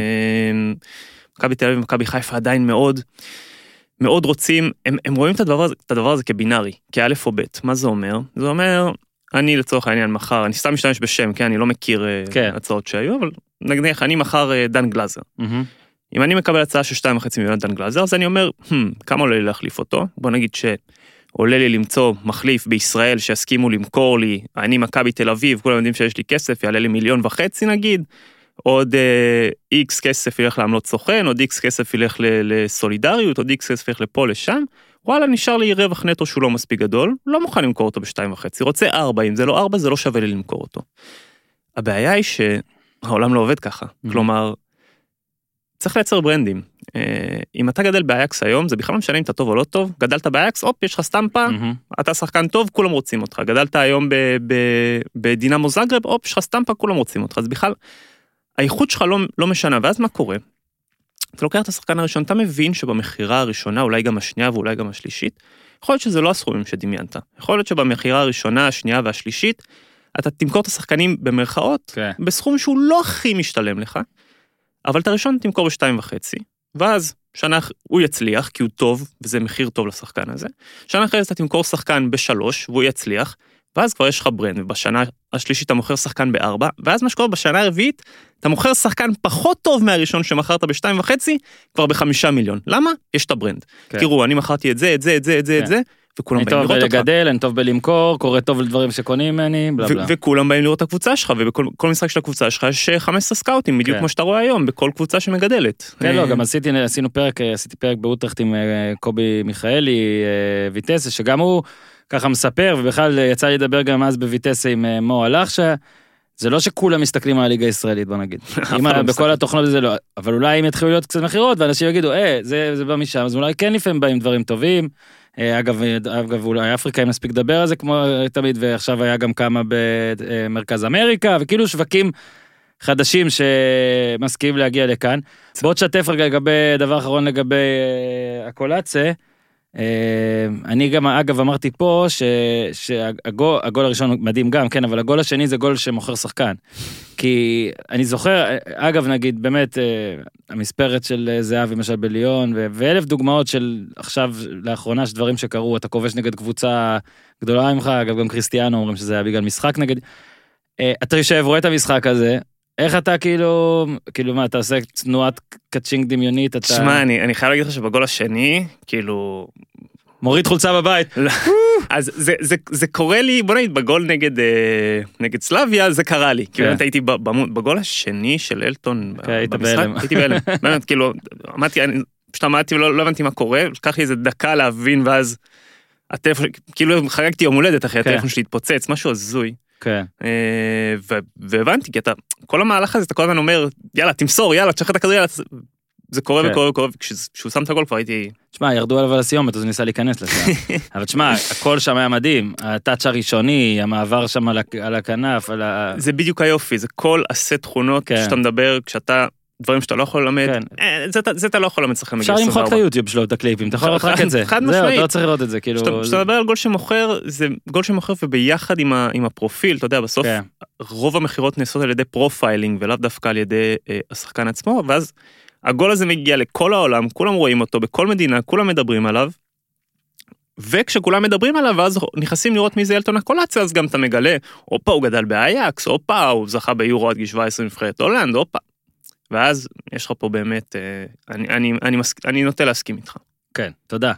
מכבי תל אביב ומכבי חיפה עדיין מאוד, מאוד רוצים, הם, הם רואים את הדבר, את הדבר הזה כבינארי, כאלף או בית. מה זה אומר? זה אומר... אני לצורך העניין מחר, אני סתם משתמש בשם, כי אני לא מכיר כן. הצעות שהיו, אבל נגניח, אני מחר דן גלזר. Mm-hmm. אם אני מקבל הצעה של שתיים וחצי מיליון דן גלזר, אז אני אומר, hmm, כמה עולה לי להחליף אותו? בוא נגיד שעולה לי למצוא מחליף בישראל שיסכימו למכור לי, אני מכבי תל אביב, כולם יודעים שיש לי כסף, יעלה לי מיליון וחצי נגיד, עוד איקס כסף ילך לעמלות סוכן, עוד איקס כסף ילך לסולידריות, עוד איקס כסף ילך לפה לשם, וואלה, נשאר לי רווח נטו שהוא לא מספיק גדול, לא מוכן למכור אותו בשתיים וחצי, רוצה ארבע, אם זה לא ארבע, זה לא שווה לי למכור אותו. הבעיה היא שהעולם לא עובד ככה, כלומר, צריך לייצר ברנדים. אם אתה גדל באייקס היום, זה בכלל לא משנה אם אתה טוב או לא טוב, גדלת באייקס, אופ, יש לך סטמפה, אתה שחקן טוב, כולם רוצים אותך, גדלת היום בדינמו זאגרב, אופ, יש לך סטמפה, כולם רוצים אותך, אז בכלל, האיכות שלך לא משנה, ואז מה קורה? אתה לוקח את השחקן הראשון, אתה מבין שבמחירה הראשונה, אולי גם השנייה ואולי גם השלישית, יכול להיות שזה לא הסכומים שדמיינת. יכול להיות שבמחירה הראשונה, השנייה והשלישית, אתה תמכור את השחקנים במרכאות, okay. בסכום שהוא לא הכי משתלם לך, אבל את הראשון תמכור בשתיים וחצי, ואז שנה הוא יצליח, כי הוא טוב, וזה מחיר טוב לשחקן הזה. שנה אחרי זה אתה תמכור שחקן בשלוש, והוא יצליח, ואז כבר יש לך ברנד, ובשנה השלישית אתה מוכר שחקן בארבע, ואז מה שקורה בשנה הרביעית, אתה מוכר שחקן פחות טוב מהראשון שמכרת בשתיים וחצי, כבר בחמישה מיליון. למה? יש את הברנד. כן. תראו, אני מכרתי את זה, את זה, את זה, את זה, כן. את זה, וכולם באים לראות אותך. אני טוב בלגדל, אני טוב בלמכור, קורא טוב לדברים שקונים ממני, בלה בלה. וכולם באים לראות את הקבוצה שלך, ובכל משחק של הקבוצה שלך יש חמישה עשר סקאוטים, בדיוק כמו שאתה רואה היום, בכל קבוצה שמגדלת. כן, לא, גם עשינו פרק, עשיתי פרק באוטרחט עם קובי מיכאלי, ויטסה, שגם הוא ככה מספר, ובכלל יצא לי לדבר גם אז בויטסה עם מו הלך, שזה לא שכולם מסתכלים על הליגה הישראלית, בוא נגיד. בכל התוכנות זה לא, אבל אולי אם יתחילו להיות קצת מחירות, ואנשים יגידו, אה, זה בא משם, אז אולי כן לפעמים באים דברים טובים. אגב, אגב, אולי אפריקה מספיק לדבר על זה כמו תמיד, ועכשיו היה גם כמה במרכז אמריקה, וכאילו שווקים חדשים שמסכימים להגיע לכאן. בוא תשתף רגע לגבי, דבר אחרון לגבי הקולציה, אני גם, אגב, אמרתי פה שהגול הראשון מדהים גם, כן, אבל הגול השני זה גול שמוכר שחקן. כי אני זוכר, אגב, נגיד, באמת, המספרת של זהב למשל בליון, ואלף דוגמאות של עכשיו, לאחרונה, שדברים שקרו, אתה כובש נגד קבוצה גדולה ממך, אגב, גם קריסטיאנו אומרים שזה היה בגלל משחק נגד, אתה יושב, רואה את המשחק הזה, איך אתה כאילו, כאילו מה, אתה עושה תנועת קאצ'ינג דמיונית, אתה... תשמע, אני, אני חייב להגיד לך שבגול השני, כאילו... מוריד חולצה בבית. אז זה, זה, זה קורה לי, בוא נגיד, בגול נגד, נגד סלאביה, זה קרה לי. כי באמת הייתי בגול השני של אלטון במשחק, הייתי בהלם. באמת, כאילו, עמדתי, פשוט עמדתי ולא לא הבנתי מה קורה, לקח לי איזה דקה להבין, ואז הטלפון, כאילו חגגתי יום הולדת אחרי הטלפון שלי התפוצץ, משהו הזוי. כן. והבנתי, כי אתה, כל המהלך הזה, אתה כל הזמן אומר, יאללה, תמסור, יאללה, תשחק את הכדור, יאללה, זה קורה וקורה וקורה, וכשהוא שם את הגול כבר הייתי... תשמע, ירדו עליו על הסיומת, אז הוא ניסה להיכנס לשם. אבל תשמע, הכל שם היה מדהים, הטאץ' הראשוני, המעבר שם על הכנף, על ה... זה בדיוק היופי, זה כל עשה תכונות שאתה מדבר, כשאתה, דברים שאתה לא יכול ללמד, זה אתה לא יכול ללמד שחקן מגיל עשרים וארבע. אפשר למחוק את היוטיוב שלו, את הקליפים, אתה יכול לראות רק את זה. חד משמעית. זהו, אתה לא צריך לראות את זה, כאילו... כשאתה מדבר על גול שמוכר, זה גול שמוכר וביחד עם הפרופיל, אתה יודע, בסוף רוב המחירות נעשות על ידי פרופיילינג, ולאו דווקא על ידי השחקן עצמו, ואז הגול הזה מגיע לכל העולם, כולם רואים אותו, בכל מדינה, כולם מדברים עליו, וכשכולם מדברים עליו, אז נכנסים לראות מי זה אלטון הקולציה, אז גם אתה מגלה, אופה, הוא גדל באייקס, אופה, הוא זכה ביורו עד גיל שבע עשרה נבחרת הולנד, אופה. ואז יש לך פה באמת, אני, אני, אני, אני נוטה להסכים איתך. כן, תודה.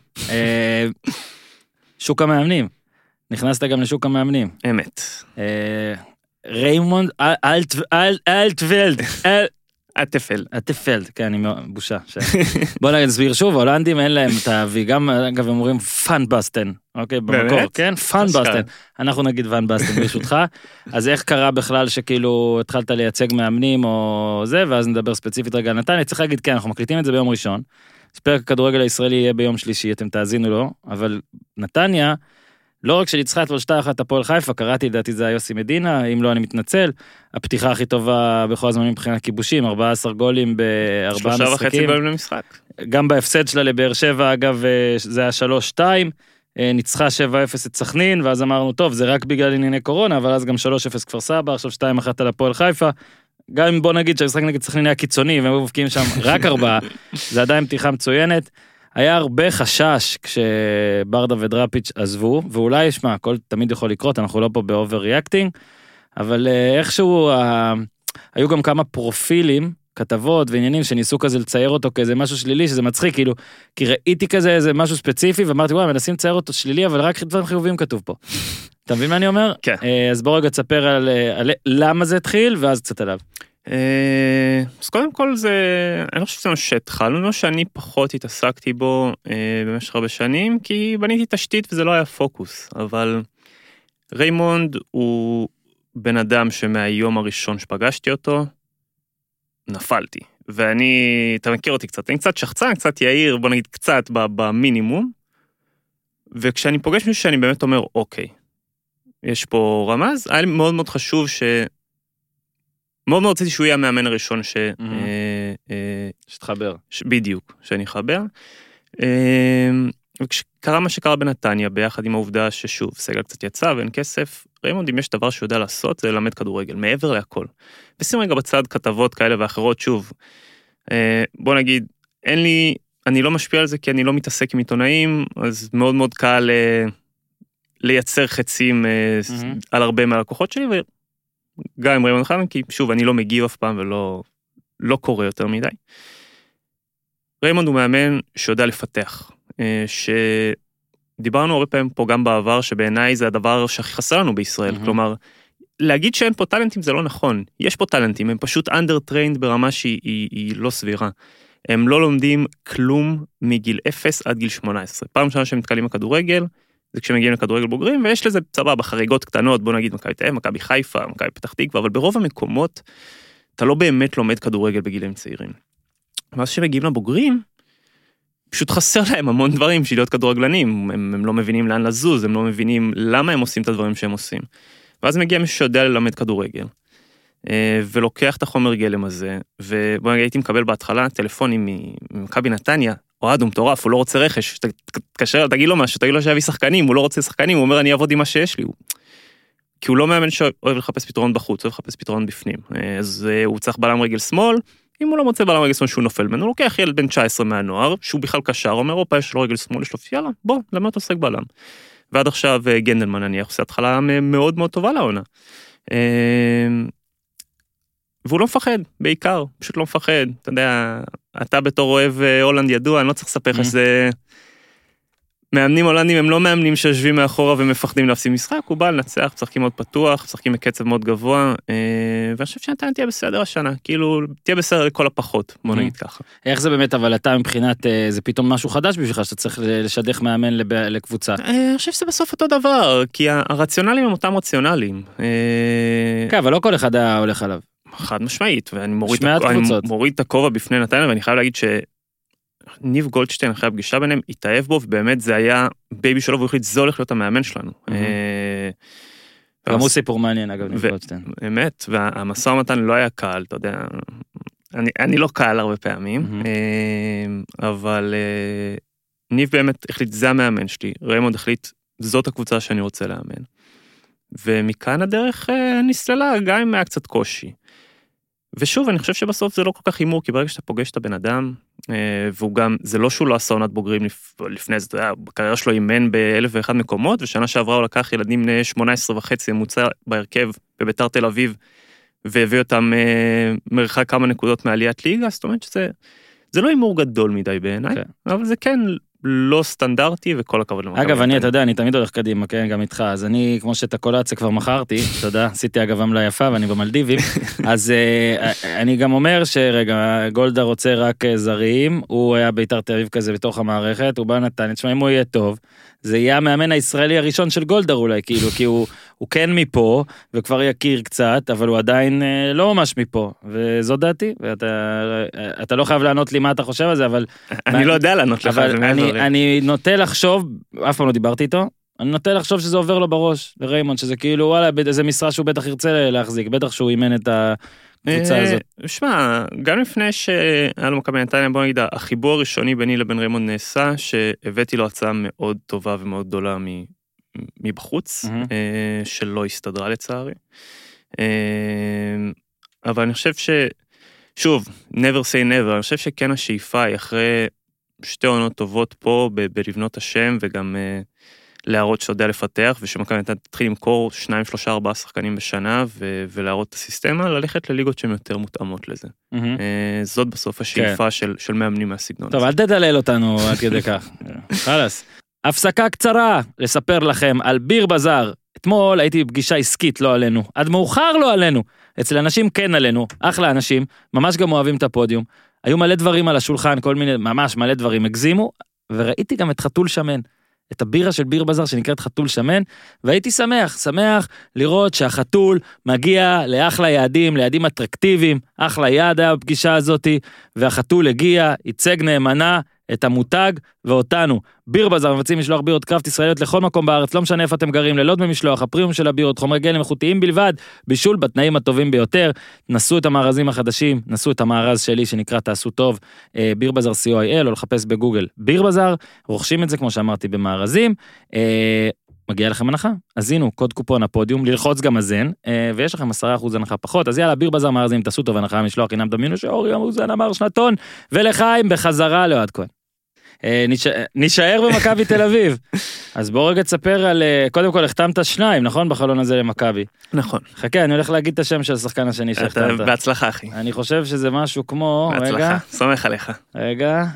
שוק המאמנים. נכנסת גם לשוק המאמנים. אמת. ריימונד אלטוולד. אטפלד. אטפלד, כן, אני בושה. בוא נסביר שוב, ההולנדים אין להם את האבי, גם אגב הם אומרים פאן בסטן, אוקיי, במקור, כן? פאן בסטן. אנחנו נגיד פאן בסטן ברשותך. אז איך קרה בכלל שכאילו התחלת לייצג מאמנים או זה, ואז נדבר ספציפית רגע על נתניה, צריך להגיד, כן, אנחנו מקליטים את זה ביום ראשון, פרק הכדורגל הישראלי יהיה ביום שלישי, אתם תאזינו לו, אבל נתניה, לא רק שניצחה את שתיים אחת הפועל חיפה, קראתי, לדעתי זה יוסי מדינה, אם לא אני מתנצל, הפתיחה הכי טובה בכל הזמן מבחינת כיבושים, ארבעה עשר גולים בארבעה משחקים. שלושה וחצי גולים למשחק. גם בהפסד שלה לבאר שבע, אגב, זה היה שלוש שתיים, ניצחה שבע אפס את סכנין, ואז אמרנו, טוב, זה רק בגלל ענייני קורונה, אבל אז גם שלוש אפס כפר סבא, עכשיו שתיים אחת על הפועל חיפה, גם אם בוא נגיד שהמשחק נגד סכנין היה קיצוני, והם מבקיעים שם רק ארבעה, זה עדיין פתיחה מצוינת. היה הרבה חשש כשברדה ודראפיץ' עזבו, ואולי, שמע, הכל תמיד יכול לקרות, אנחנו לא פה באובר ריאקטינג, אבל איכשהו, היו גם כמה פרופילים, כתבות ועניינים שניסו כזה לצייר אותו כאיזה משהו שלילי, שזה מצחיק, כאילו, כי ראיתי כזה איזה משהו ספציפי, ואמרתי, וואי, מנסים לצייר אותו שלילי, אבל רק דברים חיוביים כתוב פה. אתה מבין מה אני אומר? כן. אז בוא רגע תספר על, על למה זה התחיל, ואז קצת עליו. אז קודם כל זה, אני לא חושב שזה משהו שהתחלנו, לא שאני פחות התעסקתי בו במשך הרבה שנים, כי בניתי תשתית וזה לא היה פוקוס, אבל ריימונד הוא בן אדם שמהיום הראשון שפגשתי אותו, נפלתי, ואני, אתה מכיר אותי קצת, אני קצת שחצן, קצת יאיר, בוא נגיד קצת במינימום, וכשאני פוגש מישהו שאני באמת אומר, אוקיי, יש פה רמז, היה לי מאוד מאוד חשוב ש... מאוד מאוד רציתי שהוא יהיה המאמן הראשון ש... שתחבר. בדיוק, שאני אחבר. וכשקרה מה שקרה בנתניה, ביחד עם העובדה ששוב, סגל קצת יצא ואין כסף, ריימונד, אם יש דבר שהוא יודע לעשות, זה ללמד כדורגל, מעבר להכל. ושים רגע בצד כתבות כאלה ואחרות, שוב, בוא נגיד, אין לי, אני לא משפיע על זה, כי אני לא מתעסק עם עיתונאים, אז מאוד מאוד קל לייצר חצים על הרבה מהלקוחות שלי, גם עם ריימונד חנן, כי שוב, אני לא מגיב אף פעם ולא לא קורא יותר מדי. ריימונד הוא מאמן שיודע לפתח, שדיברנו הרבה פעמים פה גם בעבר, שבעיניי זה הדבר שהכי חסר לנו בישראל, mm-hmm. כלומר, להגיד שאין פה טלנטים זה לא נכון, יש פה טלנטים, הם פשוט under-trained ברמה שהיא היא, היא לא סבירה, הם לא לומדים כלום מגיל אפס עד גיל שמונה עשרה, פעם שנה שהם מתקלים בכדורגל, זה כשמגיעים לכדורגל בוגרים, ויש לזה צבא בחריגות קטנות, בוא נגיד מכבי תל אביב, מכבי חיפה, מכבי פתח תקווה, אבל ברוב המקומות, אתה לא באמת לומד כדורגל בגילים צעירים. ואז שמגיעים לבוגרים, פשוט חסר להם המון דברים בשביל להיות כדורגלנים, הם, הם לא מבינים לאן לזוז, הם לא מבינים למה הם עושים את הדברים שהם עושים. ואז מגיע מישהו שיודע ללמד כדורגל, ולוקח את החומר גלם הזה, ובוא נגיד, הייתי מקבל בהתחלה טלפונים ממכבי נתניה, אוהד הוא מטורף, הוא לא רוצה רכש, תקשר, תגיד לו משהו, תגיד לו שיביא שחקנים, הוא לא רוצה שחקנים, הוא אומר אני אעבוד עם מה שיש לי, כי הוא לא מאמן שאוהב לחפש פתרון בחוץ, אוהב לחפש פתרון בפנים, אז הוא צריך בלם רגל שמאל, אם הוא לא מוצא בלם רגל שמאל שהוא נופל ממנו, הוא לוקח ילד בן תשע עשרה מהנוער, שהוא בכלל קשר, אומר, אופה, יש לו רגל שמאל, יש לו, יאללה, בוא, למה אתה עוסק בלם? ועד עכשיו גנדלמן, אני עושה התחלה מאוד מאוד טובה לעונה. והוא לא מפחד, בעיקר, פשוט לא מפחד. אתה יודע, אתה בתור אוהב הולנד ידוע, אני לא צריך לספר לך שזה... מאמנים הולנדים הם לא מאמנים שיושבים מאחורה ומפחדים להפסיד משחק, הוא בא לנצח, משחקים מאוד פתוח, משחקים בקצב מאוד גבוה, ואני חושב שנתן תהיה בסדר השנה, כאילו תהיה בסדר לכל הפחות, בוא נגיד ככה. איך זה באמת, אבל אתה מבחינת, זה פתאום משהו חדש בשבילך, שאתה צריך לשדך מאמן לקבוצה? אני חושב שזה בסוף אותו דבר, כי הרציונלים הם אותם רציונלים. כן, אבל לא כל אחד היה הולך עליו. חד משמעית, ואני מוריד את הכובע בפני נתניה, ואני חייב להגיד ש... ניב גולדשטיין אחרי הפגישה ביניהם התאהב בו, ובאמת זה היה בייבי שלו, והוא החליט, זה הולך להיות המאמן שלנו. גם הוא סיפור מעניין, אגב, ניב גולדשטיין. באמת, והמשא ומתן לא היה קל, אתה יודע, אני לא קל הרבה פעמים, אבל ניב באמת החליט, זה המאמן שלי, ריימונד החליט, זאת הקבוצה שאני רוצה לאמן. ומכאן הדרך נסללה, גם אם היה קצת קושי. ושוב, אני חושב שבסוף זה לא כל כך הימור, כי ברגע שאתה פוגש את הבן אדם, והוא גם, זה לא שהוא לא עשה עונת בוגרים לפני זה, בקריירה שלו אימן באלף ואחד מקומות, ושנה שעברה הוא לקח ילדים בני שמונה עשרה וחצי, ממוצע בהרכב בביתר תל אביב, והביא אותם מרחק כמה נקודות מעליית ליגה, זאת אומרת שזה, זה לא הימור גדול מדי בעיניי, אבל זה כן לא סטנדרטי, וכל הכבוד למכבי. אגב, אני, אתה יודע, אני תמיד הולך קדימה, כן, גם איתך, אז אני, כמו שאת הקולציה כבר מכרתי, אתה יודע, עשיתי אגב עמלה יפה, ואני במלדיבים, אז אני גם אומר שרגע, גולדה רוצה רק זרים, הוא היה ביתר תל אביב כזה בתוך המערכת, הוא בא נתן, תשמע, אם הוא יהיה טוב, זה יהיה המאמן הישראלי הראשון של גולדה אולי, כאילו, כי הוא, הוא כן מפה, וכבר יכיר קצת, אבל הוא עדיין לא ממש מפה, וזו דעתי, ואתה, אתה לא חייב לענות לי מה אתה חושב על זה, אבל... אני לא יודע לענות לך, אבל אני, אני נוטה לחשוב, אף פעם לא דיברתי איתו, אני נוטה לחשוב שזה עובר לו בראש, לריימונד, שזה כאילו, וואלה, איזה משרה שהוא בטח ירצה להחזיק, בטח שהוא אימן את הקבוצה הזאת. שמע, גם לפני שהיה לו מכבי נתניה, בוא נגיד, החיבור הראשוני ביני לבין ריימונד נעשה, שהבאתי לו הצעה מאוד טובה ומאוד גדולה מבחוץ, שלא הסתדרה לצערי. אבל אני חושב ש... שוב, never say never, אני חושב שכן השאיפה היא אחרי שתי עונות טובות פה, ב- בלבנות השם, וגם uh, להראות שאתה יודע לפתח, ושמכבי נתניה תתחיל למכור שניים, שלושה, ארבעה שחקנים בשנה, ו- ולהראות את הסיסטמה, ללכת לליגות שהן יותר מותאמות לזה. Mm-hmm. Uh, זאת בסוף השאיפה okay. של, של מאמנים מהסגנון. טוב, אל תדלל אותנו עד כדי כך. חלס. הפסקה קצרה, לספר לכם על ביר בזאר. אתמול הייתי בפגישה עסקית, לא עלינו. עד מאוחר לא עלינו. אצל אנשים כן עלינו, אחלה אנשים, ממש גם אוהבים את הפודיום. היו מלא דברים על השולחן, כל מיני, ממש מלא דברים הגזימו, וראיתי גם את חתול שמן, את הבירה של ביר בזאר שנקראת חתול שמן, והייתי שמח, שמח לראות שהחתול מגיע לאחלה יעדים, ליעדים אטרקטיביים, אחלה יעד היה בפגישה הזאת, והחתול הגיע, ייצג נאמנה את המותג ואותנו. ביר בזאר מבצעים משלוח בירות קראפט ישראליות לכל מקום בארץ, לא משנה איפה אתם גרים, ללא דמי משלוח, הפרימיום של הבירות, חומרי גלם איכותיים בלבד, בישול בתנאים הטובים ביותר. נסו את המארזים החדשים, נסו את המארז שלי שנקרא תעשו טוב, ביר בזאר סי או איי אל, או לחפש בגוגל ביר בזאר, רוכשים את זה כמו שאמרתי במארזים, מגיע לכם הנחה, אז הנה, קוד קופון הפודיום, ללחוץ גם הזן, ויש לכם עשרה אחוז הנחה פחות, אז יאללה, ביר בזאר מארזים, תעשו טוב הנחה, משלוח, אינם דמיינו שאורי המוזן אמר שנתון, ולחיים בחזרה לאוהד כהן. נשאר במכבי תל אביב. אז בואו רגע תספר על, קודם כל החתמת שניים, נכון? בחלון הזה למכבי. נכון. חכה, אני הולך להגיד את השם של השחקן השני שהחתמת. בהצלחה, אחי. אני חושב שזה משהו כמו, בהצלחה, סומך עליך. רגע,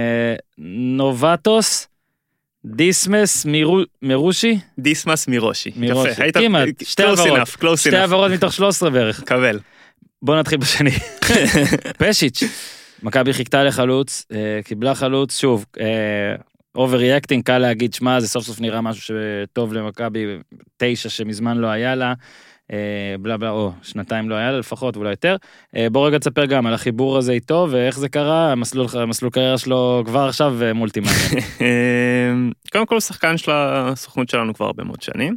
נובטוס, דיסמס מרושי? דיסמס מרושי. מרושי, כמעט, שתי עברות. שתי עברות מתוך שלוש עשרה בערך. קבל. בואו נתחיל בשני. פשיץ'. מכבי חיכתה לחלוץ, קיבלה חלוץ, שוב, אובר-ריאקטינג, קל להגיד, שמה, זה סוף סוף נראה משהו שטוב למכבי, תשע שמזמן לא היה לה, בלה בלה, או, שנתיים לא היה לה לפחות, ואולי יותר. בוא רגע תספר גם על החיבור הזה איתו, ואיך זה קרה, המסלול, המסלול קריירה שלו כבר עכשיו מולטימניה. קודם כל, שחקן של הסוכנות שלנו כבר הרבה מאוד שנים,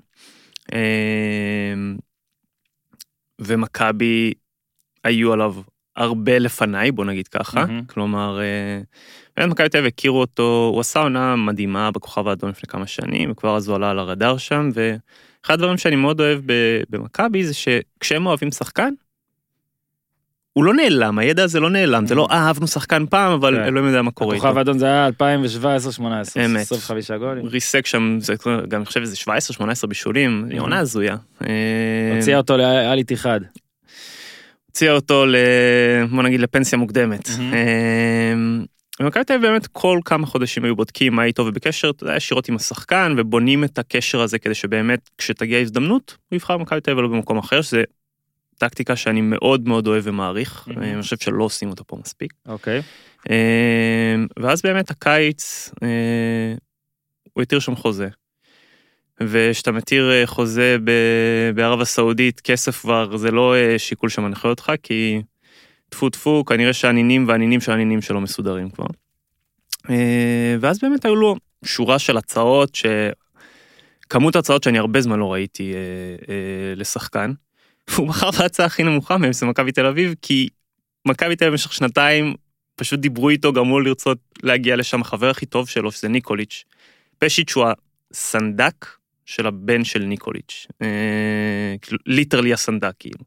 ומכבי היו עליו הרבה לפניי, בוא נגיד ככה, mm-hmm. כלומר, באמת מכבי תל אביב הכירו אותו, הוא עשה עונה מדהימה בכוכב האדום לפני כמה שנים, וכבר אז הוא עלה על הרדאר שם, ואחד הדברים שאני מאוד אוהב במכבי, זה שכשהם אוהבים שחקן, הוא לא נעלם, הידע הזה לא נעלם, זה לא אהבנו שחקן פעם, אבל אלוהים יודע מה קורה איתו. הכוכב האדום זה היה אלפיים שבע עשרה שמונה עשרה, עשרים וחמישה גולים. ריסק שם, גם אני חושב שזה שבע עשרה שמונה עשרה בישולים, עונה הזויה. הוציאה אותו לאל איתיחד. הוציאה אותו, בוא נגיד, לפנסיה מוקדמת. ומכבי תל אביב באמת כל כמה חודשים היו בודקים מה איתו ובקשר, אתה יודע, ישירות עם השחקן, ובונים את הקשר הזה כדי שבאמת כשתגיע הזדמנות, הוא יבחר מכבי תל אביב ולא במקום אחר, שזה טקטיקה שאני מאוד מאוד אוהב ומעריך, אני חושב שלא עושים אותה פה מספיק. אוקיי. ואז באמת הקיץ, הוא התיר שם חוזה. ושאתה מתיר חוזה בערב הסעודית, כסף כבר, זה לא שיקול שמנחה אותך, כי טפו טפו, כנראה שהנינים והנינים של הנינים שלו מסודרים כבר. ואז באמת היו לו שורה של הצעות, כמות הצעות שאני הרבה זמן לא ראיתי לשחקן, והוא בחר בהצעה הכי נמוכה מהם, זה מכבי תל אביב, כי מכבי תל אביב במשך שנתיים, פשוט דיברו איתו, גמרו לרצות להגיע לשם, החבר הכי טוב שלו, שזה ניקוליץ'. פשיץ' הוא הסנדק של הבן של ניקוליץ'. ליטרלי הסנדק, כאילו.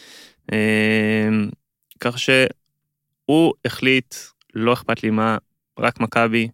כך שהוא החליט, לא אכפת לי מה, רק מכבי,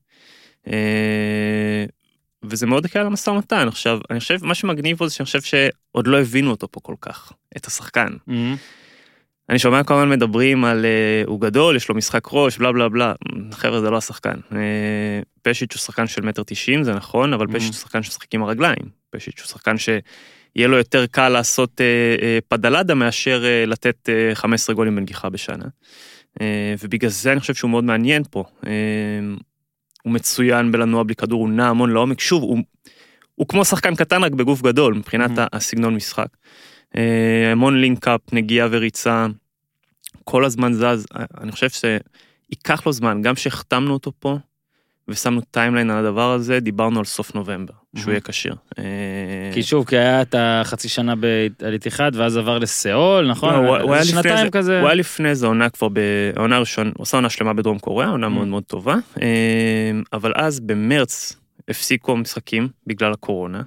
וזה מאוד הקל למשא ומתן. עכשיו, אני חושב, מה שמגניב פה זה שאני חושב שעוד לא הבינו אותו פה כל כך, את השחקן. אני שומע כל הזמן מדברים על, הוא גדול, יש לו משחק ראש, בלה בלה בלה, חבר'ה, זה לא השחקן. פשיץ' הוא שחקן של מטר תשעים, זה נכון, אבל פשיץ' הוא שחקן ששחק עם הרגליים. פשיץ' הוא שחקן שיהיה לו יותר קל לעשות פדלדה, מאשר לתת חמישה עשר גולים בנגיחה בשנה. ובגלל זה אני חושב שהוא מאוד מעניין פה. הוא מצוין בלנוע בלי כדור, הוא נע המון לעומק, שוב, הוא, הוא כמו שחקן קטן רק בגוף גדול, מבחינת mm-hmm. הסגנון משחק. המון לינקאפ, נגיעה וריצה, כל הזמן זז, אני חושב שיקח לו זמן, גם שהחתמנו אותו פה, ושמנו טיימליין על הדבר הזה, דיברנו על סוף נובמבר, שהוא יהיה קשיר. כי שוב, כי היה את החצי שנה על איתיחד, ואז עבר לסיאול, נכון? הוא היה שנתיים כזה. הוא היה לפני זה, עונה כבר, העונה הראשונה, הוא עושה עונה שלמה בדרום קוריאה, עונה מאוד מאוד טובה, אבל אז במרץ הפסיקו משחקים בגלל הקורונה,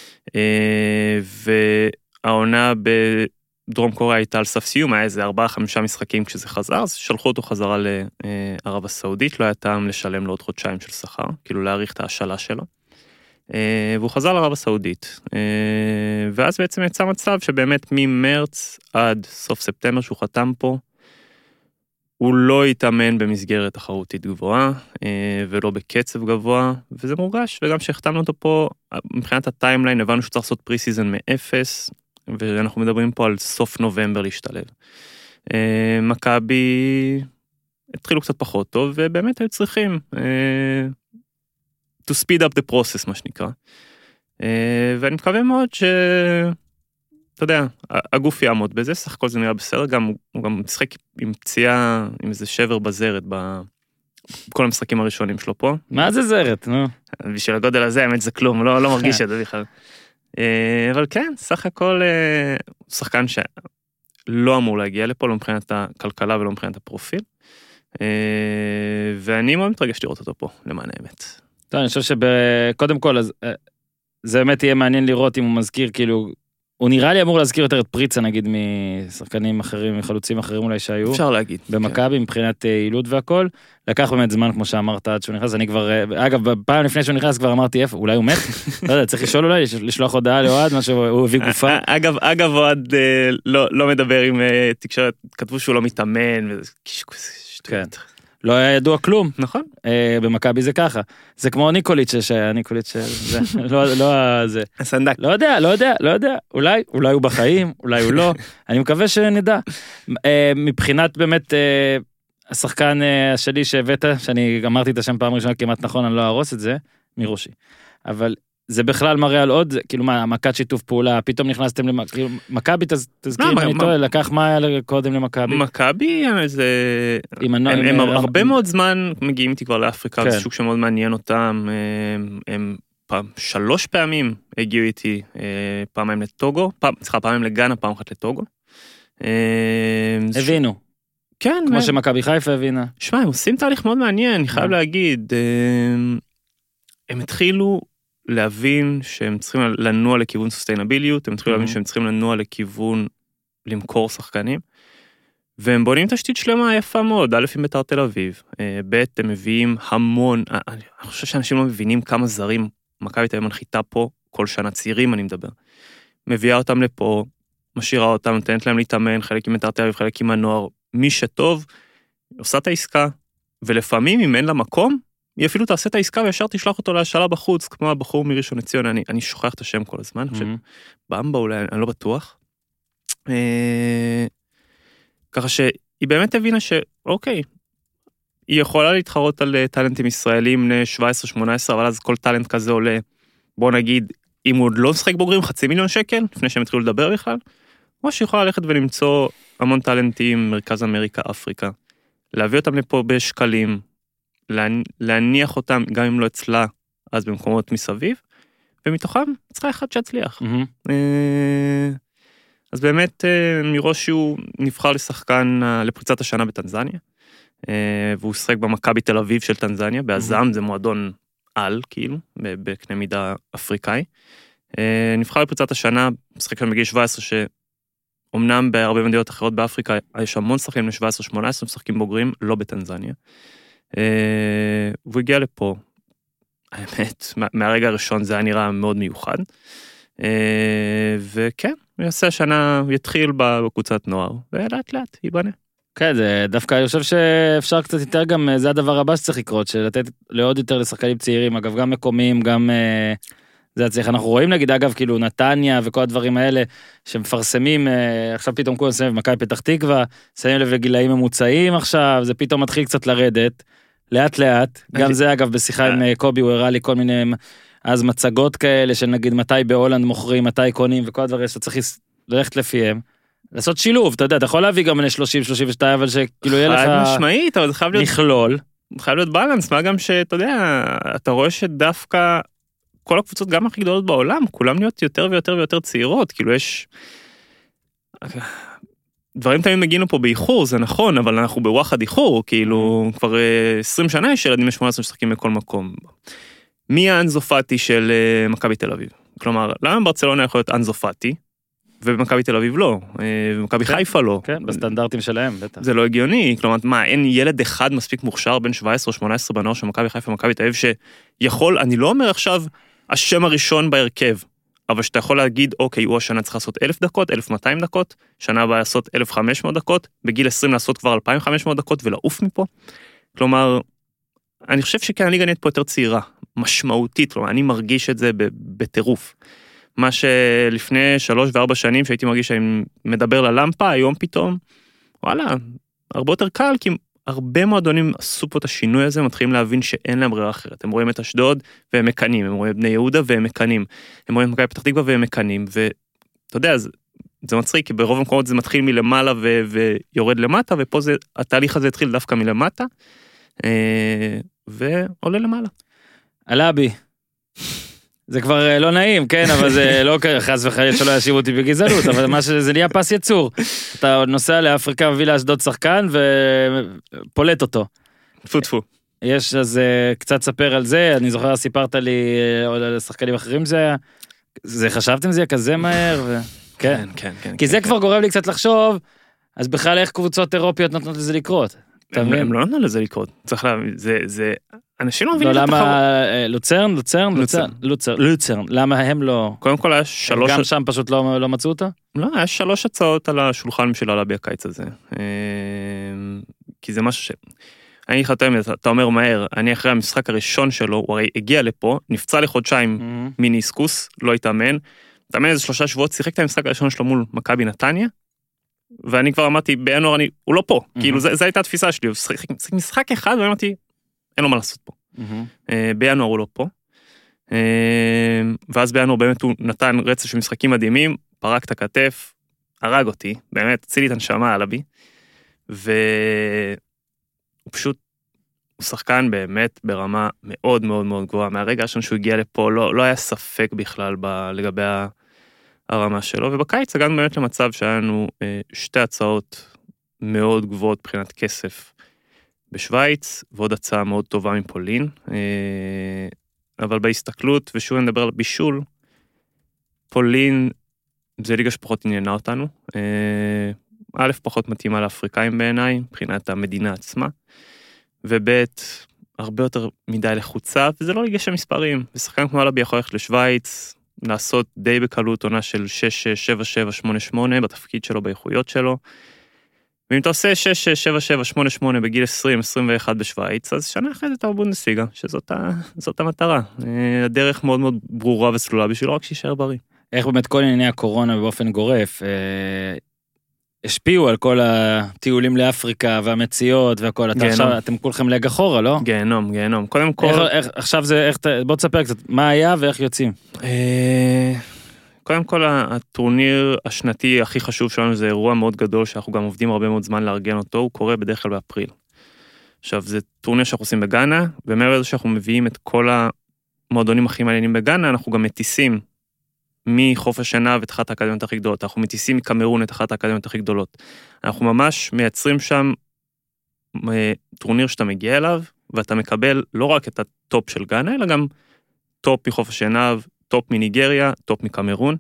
והעונה בדרום קוריאה הייתה על סף סיום, היה איזה ארבעה, חמישה משחקים כשזה חזר, אז שלחו אותו חזרה לערב הסעודית, לא היה טעם לשלם לו עוד חודשיים של שכר, כאילו להאריך את ההשאלה שלו, והוא חזר לערב הסעודית, ואז בעצם יצא מצב שבאמת ממרץ עד סוף ספטמבר שהוא חתם פה, הוא לא יתאמן במסגרת תחרותית גבוהה, ולא בקצב גבוה, וזה מורגש, וגם שהחתמנו אותו פה, מבחינת הטיימליין, הבנו שצריך לעשות פרי סיזן מאפס, ואנחנו מדברים פה על סוף נובמבר להשתלב. מכבי התחילו קצת פחות טוב, ובאמת היו צריכים to speed up the process, מה שנקרא. ואני מקווה מאוד ש... אתה יודע, הגוף יעמוד בזה, סך הכל זה נראה בסדר, גם, הוא גם משחק עם פציעה, עם איזה שבר בזרת, בכל המשחקים הראשונים שלו פה. מה זה זרת, נו? בשביל הגודל הזה, האמת זה כלום, לא, לא מרגיש את זה בכלל. אבל כן, סך הכל, הוא שחקן שלא אמור להגיע לפה, לא מבחינת הכלכלה ולא מבחינת הפרופיל, ואני מאוד מתרגש לראות אותו פה, למען האמת. טוב, אני חושב שקודם כל, זה באמת יהיה מעניין לראות אם הוא מזכיר, כאילו, הוא נראה לי אמור להזכיר יותר את פריצה, נגיד, משחקנים אחרים, מחלוצים אחרים אולי שהיו. אפשר להגיד. במכבי, מבחינת יעילות והכל. לקח באמת זמן, כמו שאמרת, עד שהוא נכנס. אני כבר, אגב, פעם לפני שהוא נכנס, כבר אמרתי, איפה, אולי הוא מת? לא יודע, צריך לשאול אולי, לשלוח הודעה לאוהד, מה שהוא הביא גופה. אגב, אגב, אוהד לא מדבר עם תקשורת, כתבו שהוא לא מתאמן, וזה שטויות. לא היה ידוע כלום. נכון. במכבי זה ככה. זה כמו ניקוליץ' שהיה ניקוליץ' זה, לא, לא, זה. הסנדק. לא יודע, לא יודע, לא יודע. אולי, אולי הוא בחיים, אולי הוא לא. אני מקווה שנדע. מבחינת באמת, השחקן שלי שהבאת, שאני אמרתי את השם פעם ראשונה כמעט נכון, אני לא ארוס את זה, מראשי. אבל זה בכלל מראה על עוד, כאילו מה, מכת שיתוף פעולה, פתאום נכנסתם למכבי, תזכירים אני טועה, לקח מה היה קודם למכבי? מכבי, הם הרבה מאוד זמן מגיעים איתי כבר לאפריקה, זה שוק שמאוד מעניין אותם, הם שלוש פעמים הגיעו איתי, פעמיים לטוגו, סליחה, פעמיים לגאנה, פעם אחת לטוגו. הבינו. כן. כמו שמכבי חיפה הבינה. שמע, הם עושים תהליך מאוד מעניין, אני חייב להגיד, הם התחילו להבין שהם צריכים לנוע לכיוון סוסטיינביליות, הם התחילו להבין שהם צריכים לנוע לכיוון למכור שחקנים, והם בונים תשתית שלמה יפה מאוד, א' עם בית"ר תל אביב, ב' הם מביאים המון, אני חושב שאנשים לא מבינים כמה זרים, מכבי תל אביב מנחיתה פה, כל שנה צעירים אני מדבר, מביאה אותם לפה, משאירה אותם, נותנת להם להתאמן, חלק עם בית"ר תל אביב, חלק עם הנוער, מי שטוב, עושה את העסקה, ולפעמים אם אין לה מקום, היא אפילו תעשה את העסקה וישר תשלח אותו להשאלה בחוץ, כמו הבחור מראשון לציון, אני, אני שוכח את השם כל הזמן, אני חושב, במבה אולי, אני לא בטוח. ככה שהיא באמת הבינה שאוקיי, היא יכולה להתחרות על טלנטים ישראלים בני שבע עשרה שמונה עשרה, אבל אז כל טלנט כזה עולה, בוא נגיד, אם הוא עוד לא משחק בוגרים, חצי מיליון שקל, לפני שהם התחילו לדבר בכלל, או שהיא יכולה ללכת ולמצוא המון טלנטים, מרכז אמריקה, אפריקה, להביא אותם לפה בשקלים, להניח אותם, גם אם לא אצלה, אז במקומות מסביב, ומתוכם צריכה אחד שהצליח. אז באמת, מראש שהוא נבחר לשחקן לפריצת השנה בטנזניה, והוא שחק במכבי תל אביב של טנזניה, באזם, זה מועדון על, כאילו, בקנה מידה אפריקאי. נבחר לפריצת השנה, משחק שם בגיל שבע עשרה, שאומנם בהרבה מדינות אחרות באפריקה, יש המון שחקנים ל-שבע עשרה שמונה עשרה, משחקים בוגרים, לא בטנזניה. והוא הגיע לפה, האמת, מהרגע הראשון זה היה נראה מאוד מיוחד, וכן, הוא יעשה השנה, הוא יתחיל בקבוצת נוער, ולאט לאט ייבנה. כן, זה דווקא, אני חושב שאפשר קצת יותר גם, זה הדבר הבא שצריך לקרות, שלתת לעוד יותר לשחקנים צעירים, אגב, גם מקומיים, גם זה הצליח. אנחנו רואים נגיד, אגב, כאילו נתניה וכל הדברים האלה, שמפרסמים, עכשיו פתאום כולם שמים במכבי פתח תקווה, שמים לב לגילאים ממוצעים עכשיו, זה פתאום מתחיל קצת לרדת, לאט לאט, גם זה אגב בשיחה עם קובי, הוא הראה לי כל מיני, אז מצגות כאלה, שנגיד מתי בהולנד מוכרים, מתי קונים, וכל הדברים שאתה צריך ללכת לפיהם, לעשות שילוב, אתה יודע, אתה יכול להביא גם בני שלושים שלושים ושתיים, אבל שכאילו יהיה לך משמעית, אבל זה חייב להיות מכלול. חייב להיות בלנס, מה גם שאתה יודע, אתה רואה שדווקא כל הקבוצות גם הכי גדולות בעולם, כולם נהיות יותר ויותר ויותר צעירות, כאילו יש דברים תמיד מגיעים פה באיחור, זה נכון, אבל אנחנו בוואחד איחור, כאילו כבר עשרים שנה יש ילדים ל-שמונה עשרה משחקים בכל מקום. מי האנזו פאטי של מכבי תל אביב? כלומר, למה ברצלונה יכול להיות אנזו פאטי, ובמכבי תל אביב לא, ובמכבי חיפה לא. כן, בסטנדרטים שלהם, בטח. זה לא הגיוני, כלומר, מה, אין ילד אחד מספיק מוכשר בין שבע עשרה או שמונה עשרה בנוער של מכבי חיפה ומכבי תל אביב, שיכול, אני לא אומר עכשיו, השם הראשון בהרכב, אבל שאתה יכול להגיד, אוקיי, הוא השנה צריך לעשות אלף דקות, אלף ומאתיים דקות, שנה הבאה לעשות אלף וחמש מאות דקות, בגיל עשרים לעשות כבר אלפיים וחמש מאות דקות ולעוף מפה. כלומר, אני חושב שכן, הליגה נהיית פה יותר צעירה, משמעותית, כלומר, אני מרגיש את זה בטירוף. מה שלפני שלוש וארבע שנים שהייתי מרגיש שאני מדבר ללמפה, היום פתאום, וואלה, הרבה יותר קל, כי הרבה מועדונים עשו פה את השינוי הזה, מתחילים להבין שאין להם ברירה אחרת. הם רואים את אשדוד והם מקנים, הם רואים את בני יהודה והם מקנים, הם רואים את מכבי פתח תקווה והם מקנים, ואתה יודע, זה, זה מצחיק, כי ברוב המקומות זה מתחיל מלמעלה ו, ויורד למטה, ופה זה, התהליך הזה התחיל דווקא מלמטה, ועולה למעלה. אלאבי. זה כבר לא נעים, כן, אבל זה לא חס וחלילה שלא ישיבו אותי בגזענות, אבל מה שזה נהיה פס יצור. אתה נוסע לאפריקה, מביא לאשדוד שחקן ופולט אותו. טפו טפו. יש, אז קצת ספר על זה, אני זוכר, סיפרת לי על שחקנים אחרים זה היה, זה חשבתם זה יהיה כזה מהר, ו... כן, כן, כן. כי זה כבר גורם לי קצת לחשוב, אז בכלל איך קבוצות אירופיות נותנות לזה לקרות? הם לא נותנו לזה לקרות, צריך להבין, זה... אנשים לא מבינים את התחרות. למה לוצרן, לוצרן, לוצרן, לוצרן, למה הם לא... קודם כל היה שלוש... גם שם פשוט לא מצאו אותה? לא, היה שלוש הצעות על השולחן בשביל אלאבי הקיץ הזה. כי זה משהו ש... אני חתם, אתה אומר מהר, אני אחרי המשחק הראשון שלו, הוא הרי הגיע לפה, נפצע לחודשיים מיניסקוס, לא התאמן, התאמן איזה שלושה שבועות, שיחק את המשחק הראשון שלו מול מכבי נתניה, ואני כבר אמרתי, בינואר אני, הוא לא פה, כאילו זו הייתה התפיסה שלי, הוא שיחק משחק אחד, ואני אמרתי, אין לו מה לעשות פה. בינואר הוא לא פה, ואז בינואר באמת הוא נתן רצף של משחקים מדהימים, פרק את הכתף, הרג אותי, באמת, הציל לי את הנשמה עליי, והוא פשוט, הוא שחקן באמת ברמה מאוד מאוד מאוד גבוהה, מהרגע השון שהוא הגיע לפה, לא, לא היה ספק בכלל ב, לגבי הרמה שלו, ובקיץ הגענו באמת למצב שהיה לנו שתי הצעות מאוד גבוהות מבחינת כסף בשוויץ, ועוד הצעה מאוד טובה מפולין, אבל בהסתכלות, ושוב נדבר על בישול, פולין זה ליגה שפחות עניינה אותנו, א', פחות מתאימה לאפריקאים בעיניי, מבחינת המדינה עצמה, וב', הרבה יותר מדי לחוצה, וזה לא ליגה של מספרים, ושחקן כמו אלאבי יכול ללכת לשוויץ, לעשות די בקלות עונה של שש שש שבע שבע שמונה שמונה בתפקיד שלו, באיכויות שלו, ואם אתה עושה שש שש שבע שבע שמונה שמונה בגיל עשרים עשרים ואחת בשוויץ, אז שנה אחרי זה אתה בבונדסליגה, שזאת ה, זאת המטרה. הדרך מאוד מאוד ברורה וסלולה, בשבילו רק שישאר בריא. איך באמת כל ענייני הקורונה באופן גורף, אה, השפיעו על כל הטיולים לאפריקה והמציאות והכל, אתה עכשיו, אתם כולכם לג אחורה, לא? גיהנום, גיהנום. קודם כל... איך, איך, עכשיו זה, איך, בוא תספר קצת, מה היה ואיך יוצאים? אה... קודם כל, הטורניר השנתי הכי חשוב שלנו זה אירוע מאוד גדול, שאנחנו גם עובדים הרבה מאוד זמן לארגן אותו, הוא קורה בדרך כלל באפריל. עכשיו, זה טורניר שאנחנו עושים בגאנה, ומעבר לזה שאנחנו מביאים את כל המועדונים הכי מעניינים בגאנה, אנחנו גם מטיסים מחוף השנה ואת אחת האקדמיות הכי גדולות, אנחנו מטיסים מקמרון את אחת האקדמיות הכי גדולות. אנחנו ממש מייצרים שם טורניר שאתה מגיע אליו, ואתה מקבל לא רק את הטופ של גאנה, אלא גם טופ מחוף השנה, טופ מניגריה, טופ מקמרון,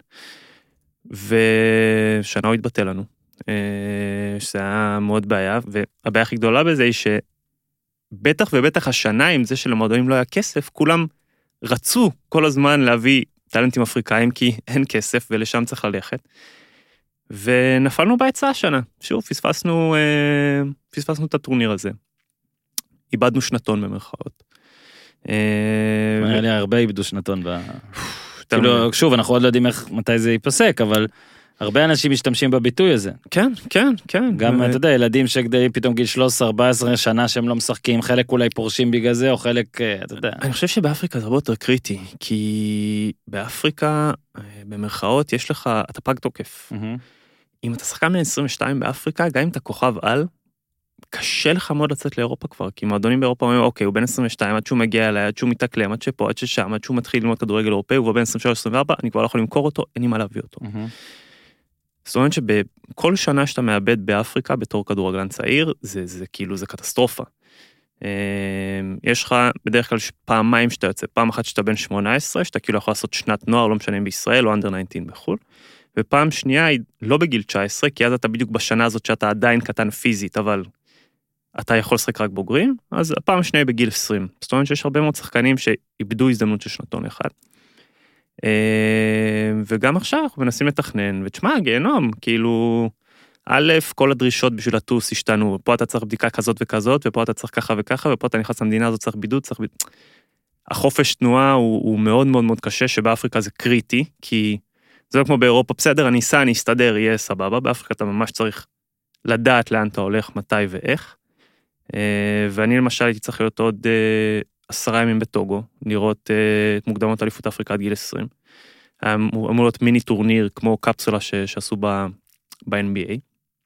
ושנה הוא התבטא לנו, שזה היה מאוד בעיה, והבעיה הכי גדולה בזה היא שבטח ובטח השנה, עם זה שלמועדונים לא היה כסף, כולם רצו כל הזמן להביא טלנטים אפריקאים, כי אין כסף, ולשם צריך ללכת, ונפלנו בהצעה השנה, שוב, פספסנו, פספסנו את הטורניר הזה, איבדנו שנתון במרכאות. נראה לי הרבה איבדו שנתון ב... שוב, אנחנו עוד לא יודעים מתי זה ייפסק, אבל הרבה אנשים משתמשים בביטוי הזה. כן, כן, כן. גם, אתה יודע, ילדים שגדלים פתאום גיל שלוש עשרה ארבע עשרה שנה שהם לא משחקים, חלק אולי פורשים בגלל זה, או חלק, אתה יודע. אני חושב שבאפריקה זה הרבה יותר קריטי, כי באפריקה, במרכאות, יש לך, אתה פג תוקף. אם אתה שחקן מ-עשרים ושתיים באפריקה, גם אם אתה כוכב על, קשה לך מאוד לצאת לאירופה כבר, כי מועדונים באירופה אומרים, אוקיי, הוא בן עשרים ושתיים, עד שהוא מגיע אליי, עד שהוא מתאקלם, עד שפה, עד ששם, עד שהוא מתחיל ללמוד כדורגל אירופאי, הוא בן עשרים ושלוש עשרים וארבע, אני כבר לא יכול למכור אותו, אין לי מה להביא אותו. זאת אומרת שבכל שנה שאתה מאבד באפריקה, בתור כדורגלן צעיר, זה, זה כאילו, זה קטסטרופה. יש לך בדרך כלל פעמיים שאתה יוצא, פעם אחת שאתה בן שמונה עשרה, שאתה כאילו יכול לעשות שנת נוער, לא משנה בישראל, או אנדר תשע עשרה בחול, ופעם שנייה היא לא בגיל תשע עשרה, כי אז אתה בדיוק בשנה הזאת שאתה עדיין קטן פיזית, אבל אתה יכול לשחק רק בוגרים, אז הפעם השנייה בגיל עשרים. זאת אומרת שיש הרבה מאוד שחקנים שאיבדו הזדמנות של שנתון אחד. וגם עכשיו אנחנו מנסים לתכנן, ותשמע, גיהנום, כאילו, א', כל הדרישות בשביל לטוס השתנו, פה אתה צריך בדיקה כזאת וכזאת, ופה אתה צריך ככה וככה, ופה אתה נכנס למדינה הזאת, צריך בידוד, צריך בידוד. החופש תנועה הוא, הוא מאוד מאוד מאוד קשה, שבאפריקה זה קריטי, כי זה לא כמו באירופה, בסדר, אני אסע, אני אסתדר, יהיה סבבה, באפריקה אתה ממש צריך לדעת לאן אתה הולך, מתי ואיך. ואני למשל הייתי צריך להיות עוד עשרה ימים בטוגו, לראות את מוקדמות אליפות אפריקה עד גיל עשרים. אמור להיות מיני טורניר, כמו קפסולה שעשו ב-אן בי איי,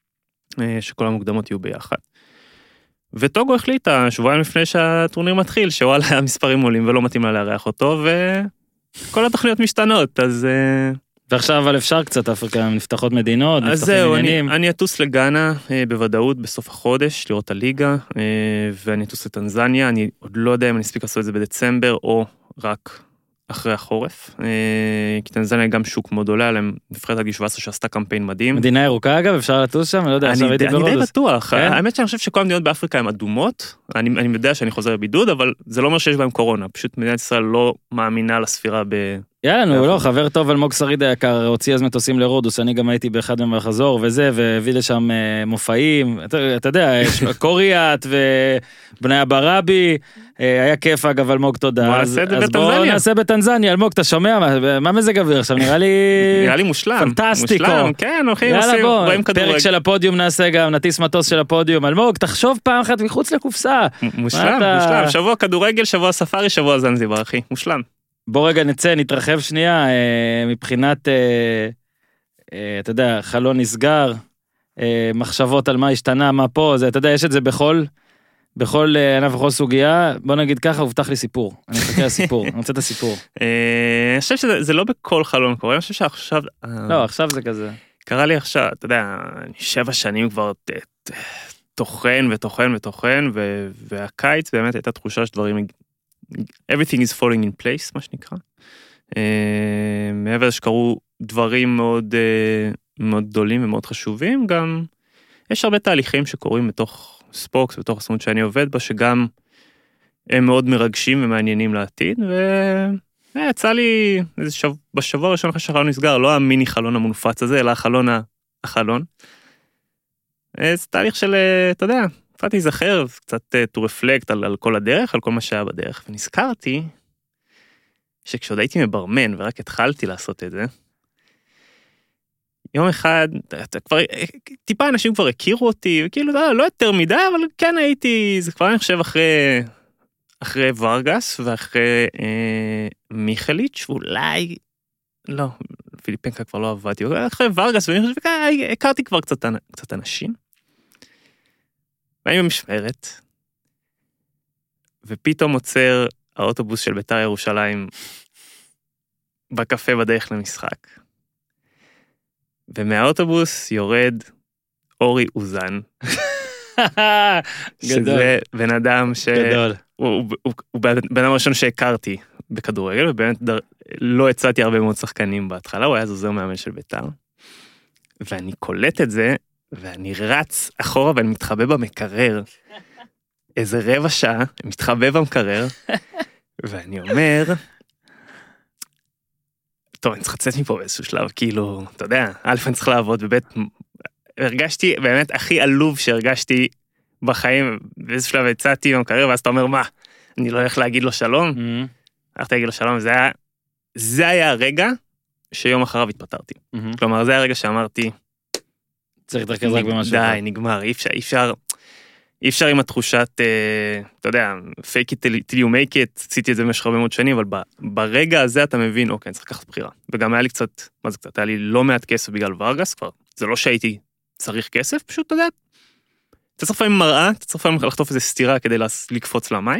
שכל המוקדמות יהיו ביחד. וטוגו החליטה, שבועיים לפני שהטורניר מתחיל, שוואלה המספרים עולים ולא מתאים לה לארח אותו, וכל התוכניות משתנות, אז... ועכשיו אבל אפשר קצת, אפריקה נפתחות מדינות, נפתחים עניינים. אני, אני אטוס לגאנה בוודאות בסוף החודש, לראות את הליגה, ואני אטוס לטנזניה, אני עוד לא יודע אם אני אספיק לעשות את זה בדצמבר, או רק אחרי החורף, כי טנזניה גם שוק מאוד עולה, עליהם נבחרת הגיל שבע עשרה שעשתה קמפיין מדהים. מדינה ירוקה אגב, אפשר לטוס שם? אני לא יודע, עכשיו הייתי ברודוס. אני די בטוח, האמת שאני חושב שכל המדינות באפריקה הן אדומות, אני, אני יודע שאני חוזר לבידוד, אבל זה לא אומר שיש בהם קורונה, פשוט מדינת ישראל לא מאמינה לספירה ב... יאללה, נו, לא, חבר טוב אלמוג שריד היקר, הוציא אז מטוסים לרודוס, אני גם הייתי באחד מהם בחזור וזה, והביא לשם מופעים, אתה יודע, קוריאט ובני אברבי, היה כיף אגב, אלמוג, תודה. אז בואו נעשה בטנזניה, אלמוג, אתה שומע? מה מזג אוויר עכשיו? נראה לי... נראה לי מושלם. פנטסטיקו. כן, הולכים, עושים, רואים כדורגל. פרק של הפודיום נעשה גם, נטיס מטוס של הפודיום. אלמוג, תחשוב פעם אחת מחוץ לקופסה. מושלם, מושלם. שבוע כדורגל, שבוע ספארי, שבוע זנזיבר, אחי. מושלם. בוא רגע נצא, נתרחב שנייה, מבחינת, אתה יודע, חלון נסגר, מחשבות על מה השתנה, מה פה, זה, אתה יודע, יש את זה בכל, בכל ענף וכל סוגיה, בוא נגיד ככה, הובטח לי סיפור, אני מחכה לסיפור, אני רוצה את הסיפור. אני חושב שזה לא בכל חלון קורה, אני חושב שעכשיו... לא, עכשיו זה כזה. קרה לי עכשיו, אתה יודע, אני שבע שנים כבר תוכן ותוכן ותוכן, והקיץ באמת הייתה תחושה שדברים... everything is falling in place, מה שנקרא. מעבר שקרו דברים מאוד, מאוד גדולים ומאוד חשובים, גם יש הרבה תהליכים שקורים בתוך ספוקס, בתוך הסמות שאני עובד בה, שגם הם מאוד מרגשים ומעניינים לעתיד, ויצא לי שב... בשבוע הראשון אחרי שהחלון נסגר, לא המיני חלון המונפץ הזה, אלא החלון החלון. זה תהליך של, אתה יודע, קצת להיזכר, קצת to reflect על, על כל הדרך, על כל מה שהיה בדרך, ונזכרתי שכשעוד הייתי מברמן ורק התחלתי לעשות את זה, יום אחד, אתה כבר, טיפה אנשים כבר הכירו אותי, וכאילו, לא, לא יותר מדי, אבל כן הייתי, זה כבר אני חושב אחרי, אחרי ורגס, ואחרי אה, מיכליץ', ואולי, לא, פיליפנקה כבר לא עבדתי, אחרי ורגס, והכרתי כבר קצת, קצת אנשים, והייתי במשמרת, ופתאום עוצר האוטובוס של בית"ר ירושלים, בקפה בדרך למשחק. ומהאוטובוס יורד אורי אוזן. שזה בן אדם ש... גדול. הוא, הוא, הוא בן אדם הראשון שהכרתי בכדורגל, ובאמת דר... לא הצעתי הרבה מאוד שחקנים בהתחלה, הוא היה זוזר מאמן של בית"ר. ואני קולט את זה, ואני רץ אחורה ואני מתחבא במקרר. איזה רבע שעה, מתחבא במקרר, ואני אומר... טוב, אני צריך לצאת מפה באיזשהו שלב, כאילו, אתה יודע, א' אני צריך לעבוד, וב' הרגשתי, באמת הכי עלוב שהרגשתי בחיים, באיזשהו שלב הצעתי במקרר, ואז אתה אומר, מה, אני לא הולך להגיד לו שלום? הלכתי להגיד לו שלום, זה היה, זה היה הרגע שיום אחריו התפטרתי. כלומר, זה היה הרגע שאמרתי, צריך להתרכז רק במשהו. די, נגמר, אי אפשר, אי אפשר, אי אפשר עם התחושת, אתה יודע, fake it till you make it, עשיתי את זה במשך הרבה מאוד שנים, אבל ברגע הזה אתה מבין, אוקיי, אני צריך לקחת בחירה. וגם היה לי קצת, מה זה קצת, היה לי לא מעט כסף בגלל ורגס כבר, זה לא שהייתי צריך כסף, פשוט, אתה יודע, אתה צריך לפעמים מראה, אתה צריך לפעמים לחטוף איזו סתירה כדי לקפוץ למים.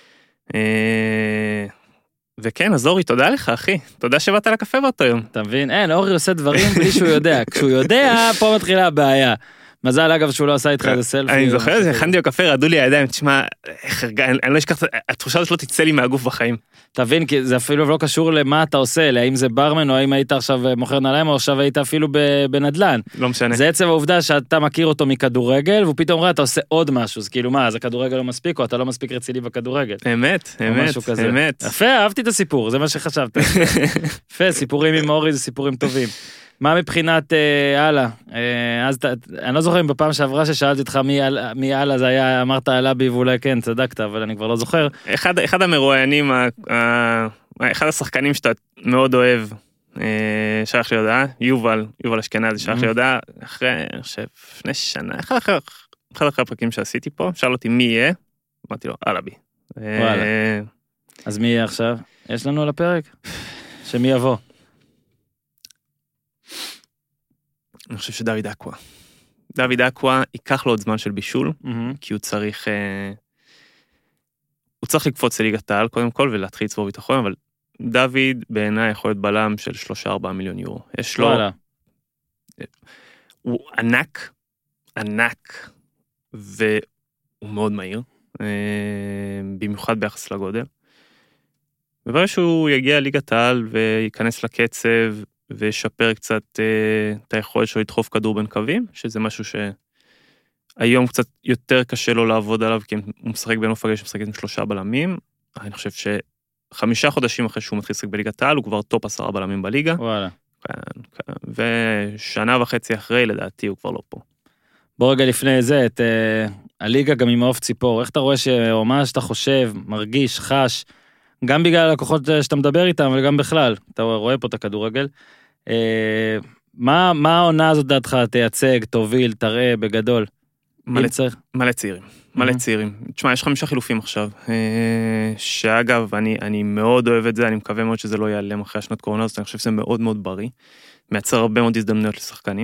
וכן, אז אורי, תודה לך, אחי. תודה שבאת לקפה באותו יום. אתה מבין? אין, אורי עושה דברים בלי שהוא יודע. כשהוא יודע, פה מתחילה הבעיה. מזל, אגב, שהוא לא עשה איתך איזה סלפי. אני זוכר, הכנתי בקפה, רעדו לי הידיים, תשמע, אני לא אשכח, התחושה הזאת לא תצא לי מהגוף בחיים. תבין, כי זה אפילו לא קשור למה אתה עושה, האם זה ברמן, או האם היית עכשיו מוכר נעליים, או עכשיו היית אפילו בנדלן. לא משנה. זה עצם העובדה שאתה מכיר אותו מכדורגל, והוא פתאום רואה, אתה עושה עוד משהו, אז כאילו מה, אז הכדורגל לא מספיק, או אתה לא מספיק רציני בכדורגל. אמת, אמת, אמת. יפה, אהבתי את הסיפור, זה מה שחשבת. יפה, סיפורים עם אורי, זה סיפורים טובים. מה מבחינת הלאה? אז אני לא זוכר אם בפעם שעברה ששאלתי אותך מי הלאה, זה היה, אמרת הלאה בי, ואולי כן, צדקת, אבל אני כבר לא זוכר. אחד המרואיינים, אחד השחקנים שאתה מאוד אוהב, שלח לי הודעה, יובל, יובל אשכנזי, שלח לי הודעה, אחרי, אני חושב, לפני שנה, אחד אחרי הפרקים שעשיתי פה, שאל אותי מי יהיה, אמרתי לו, הלאה בי. וואלה. אז מי יהיה עכשיו? יש לנו על הפרק? שמי יבוא? אני חושב שדוד אקווה. דוד אקווה ייקח לו עוד זמן של בישול, כי הוא צריך, הוא צריך לקפוץ לליגת העל קודם כל, ולהתחיל לצבור ביטחון, אבל דוד בעיניי יכול להיות בלם של שלושה ארבעה מיליון יורו. יש לו, הוא ענק, ענק, והוא מאוד מהיר, במיוחד ביחס לגודל. וברגע שהוא יגיע לליגת העל וייכנס לקצב, וישפר קצת אה, את היכולת שלו לדחוף כדור בין קווים, שזה משהו שהיום קצת יותר קשה לו לעבוד עליו, כי הוא משחק בין אופגל שמשחק עם שלושה בלמים, אני חושב שחמישה חודשים אחרי שהוא מתחיל לשחק בליגת העל, הוא כבר טופ עשרה בלמים בליגה, וואלה. כן, כן, ושנה וחצי אחרי, לדעתי, הוא כבר לא פה. בוא רגע לפני זה, את אה, הליגה גם עם העוף ציפור, איך אתה רואה או מה שאתה חושב, מרגיש, חש, גם בגלל הלקוחות שאתה מדבר איתם, אבל גם בכלל, אתה רואה פה את הכדורגל, מה, מה העונה הזאת דעתך תייצג, תוביל, תראה בגדול? מלא, מלא צעירים, מלא צעירים. תשמע, יש חמישה חילופים עכשיו, שאגב, אני, אני מאוד אוהב את זה, אני מקווה מאוד שזה לא ייעלם אחרי השנות קורונה, אז אני חושב שזה מאוד מאוד בריא, מייצר הרבה מאוד הזדמנויות לשחקנים,